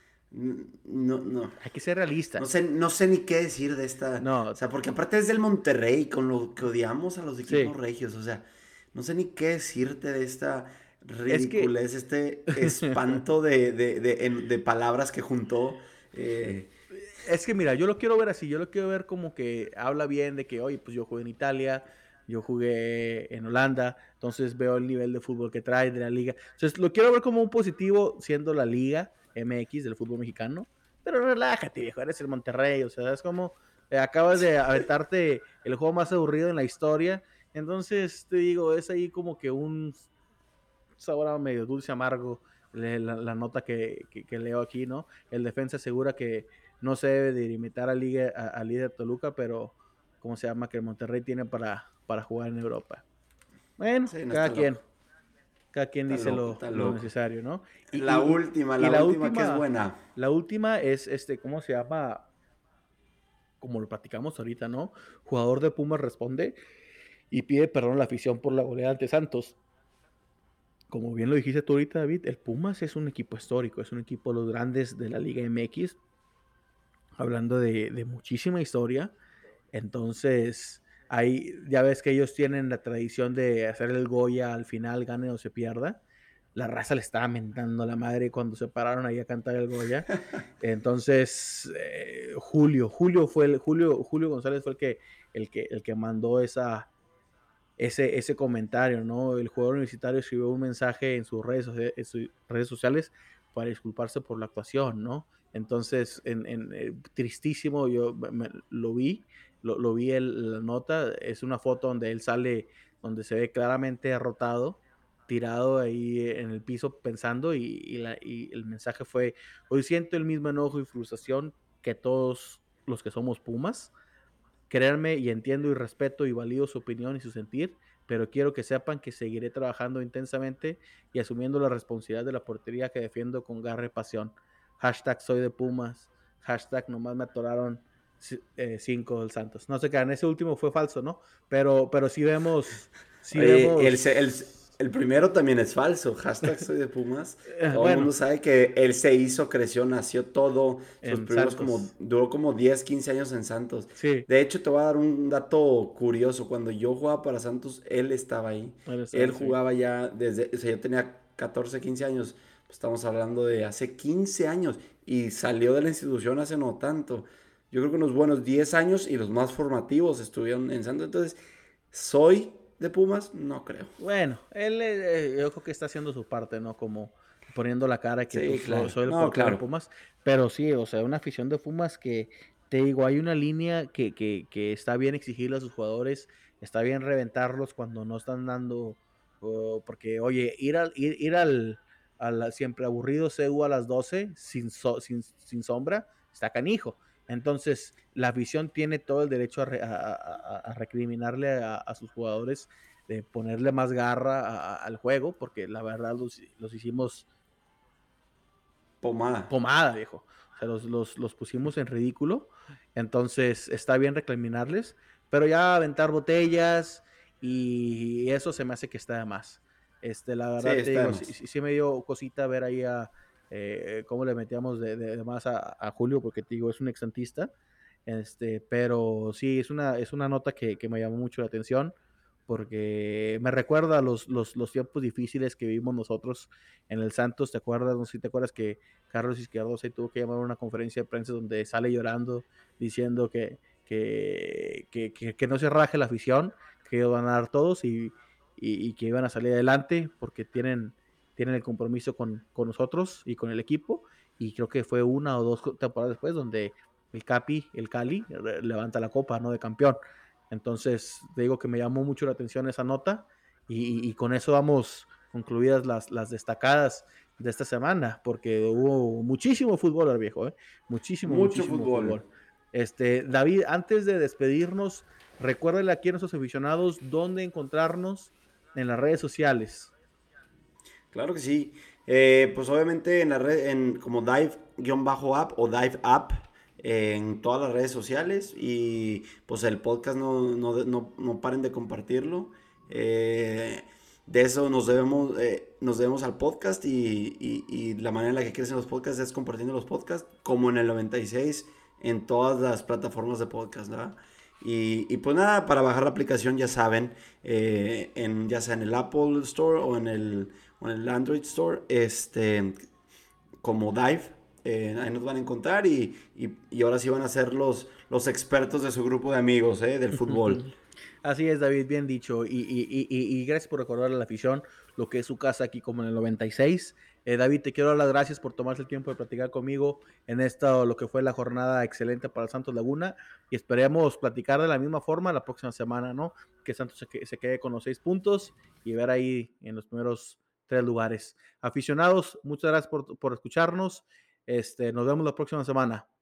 no, no. hay que ser No realistas. sé, no sé ni qué decir de esta. O No, sea, porque aparte es del Monterrey, con lo que odiamos a los equipos sí, regios. O sea, no sé ni qué decirte de esta es que ridiculez, este espanto de palabras que juntó. eh, Es que mira, yo lo quiero ver así, yo lo quiero ver como que habla bien de que, oye, pues yo jugué en Italia, yo jugué en Holanda, entonces veo el nivel de fútbol que trae de la liga. Entonces lo quiero ver como un positivo siendo la liga MX del fútbol mexicano, pero relájate, viejo, eres el Monterrey, o sea, es como acabas de aventarte el juego más aburrido en la historia, entonces te digo, es ahí como que un sabor medio dulce amargo la nota que leo aquí, ¿no? El defensa asegura que no se debe de limitar al líder Toluca, pero ¿cómo se llama? Que el Monterrey tiene para jugar en Europa. Bueno, Sí, no está loco. cada quien Está dice loco, está lo loco. necesario, ¿no? Y La última que es buena. la última es, ¿cómo se llama? Como lo platicamos ahorita, ¿no? Jugador de Pumas responde y pide perdón a la afición por la goleada ante Santos. Como bien lo dijiste tú ahorita, David, el Pumas es un equipo histórico, es un equipo de los grandes de la Liga MX, hablando de muchísima historia. Entonces, ahí ya ves que ellos tienen la tradición de hacer el Goya al final, gane o se pierda. La raza le estaba mentando la madre cuando se pararon ahí a cantar el Goya. Entonces, Julio González fue el que mandó ese comentario, ¿no? El jugador universitario escribió un mensaje en sus redes sociales para disculparse por la actuación, ¿no? Entonces, tristísimo, lo vi, lo vi la nota, es una foto donde él sale, donde se ve claramente derrotado, tirado ahí en el piso pensando y el mensaje fue, hoy siento el mismo enojo y frustración que todos los que somos Pumas. Créanme y entiendo y respeto y valido su opinión y su sentir, pero quiero que sepan que seguiré trabajando intensamente y asumiendo la responsabilidad de la portería que defiendo con garra y pasión. Hashtag soy de Pumas. Hashtag nomás me atoraron 5 del Santos. No sé qué, en ese último fue falso, ¿no? Pero sí Oye, vemos, el primero también es falso. Hashtag soy de Pumas. Todo el bueno, mundo sabe que él se hizo, creció, nació todo. Sus en primeros como, Santos. duró como 10 15 años en Santos. Sí, De hecho, te voy a dar un dato curioso. Cuando yo jugaba para Santos, él estaba ahí. él Él está, sí. jugaba ya desde, o sea, yo tenía 14 15 años. Pues estamos hablando de hace 15 años. Y salió de la institución hace no tanto. Yo creo que unos buenos 10 años y los más formativos estuvieron en Santos. Entonces, ¿soy de Pumas? No creo. Bueno, él yo creo que está haciendo su parte, ¿no? Como poniendo la cara que Sí, pues claro. soy el No, portero de claro. Pumas, pero sí, o sea, una afición de Pumas que, te digo, hay una línea que está bien exigirle a sus jugadores, está bien reventarlos cuando no están dando, porque oye, ir al siempre aburrido CU a las 12 sin sombra, está canijo. Entonces, la afición tiene todo el derecho a recriminarle a sus jugadores de ponerle más garra al juego, porque la verdad los hicimos Pomada. pomada, viejo. O sea, los pusimos en ridículo. Entonces, está bien reclaminarles, pero ya aventar botellas y eso se me hace que está de más. La Sí, verdad te está de digo, sí, más. sí, sí me dio cosita ver ahí cómo le metíamos de más a Julio, porque te digo, es un exantista. Pero sí, es una nota que me llamó mucho la atención porque me recuerda a los tiempos difíciles que vivimos nosotros en el Santos. ¿Te acuerdas? No sé si te acuerdas que Carlos Izquierdo se tuvo que llamar a una conferencia de prensa donde sale llorando diciendo que no se raje la afición, que iban a dar todos y que iban a salir adelante porque tienen el compromiso con nosotros y con el equipo. Y creo que fue una o dos temporadas después donde el Cali, levanta la copa, ¿no? De campeón. Entonces, te digo que me llamó mucho la atención esa nota y con eso vamos concluidas las destacadas de esta semana, porque hubo muchísimo fútbol, viejo, ¿eh? Muchísimo, Mucho muchísimo fútbol. fútbol. David, antes de despedirnos, recuérdale aquí a nuestros aficionados dónde encontrarnos en las redes sociales. Claro que sí. Pues obviamente en la red, en como Dive-app o Dive App en todas las redes sociales y pues el podcast no paren de compartirlo. Eh, de eso nos debemos al podcast y la manera en la que crecen los podcasts es compartiendo los podcasts como en el 96 en todas las plataformas de podcast, ¿verdad? Y pues nada, para bajar la aplicación ya saben, ya sea en el Apple Store o en el Android Store, como Dive. Ahí nos van a encontrar y ahora sí van a ser los expertos de su grupo de amigos del fútbol. Así es, David, bien dicho. Y gracias por recordar a la afición lo que es su casa aquí como en el 96. David, te quiero dar las gracias por tomarse el tiempo de platicar conmigo en esta, lo que fue la jornada excelente para Santos Laguna. Y esperemos platicar de la misma forma la próxima semana, ¿no? Que Santos se quede con los 6 puntos y ver ahí en los primeros 3 lugares. Aficionados, muchas gracias por escucharnos. Nos vemos la próxima semana.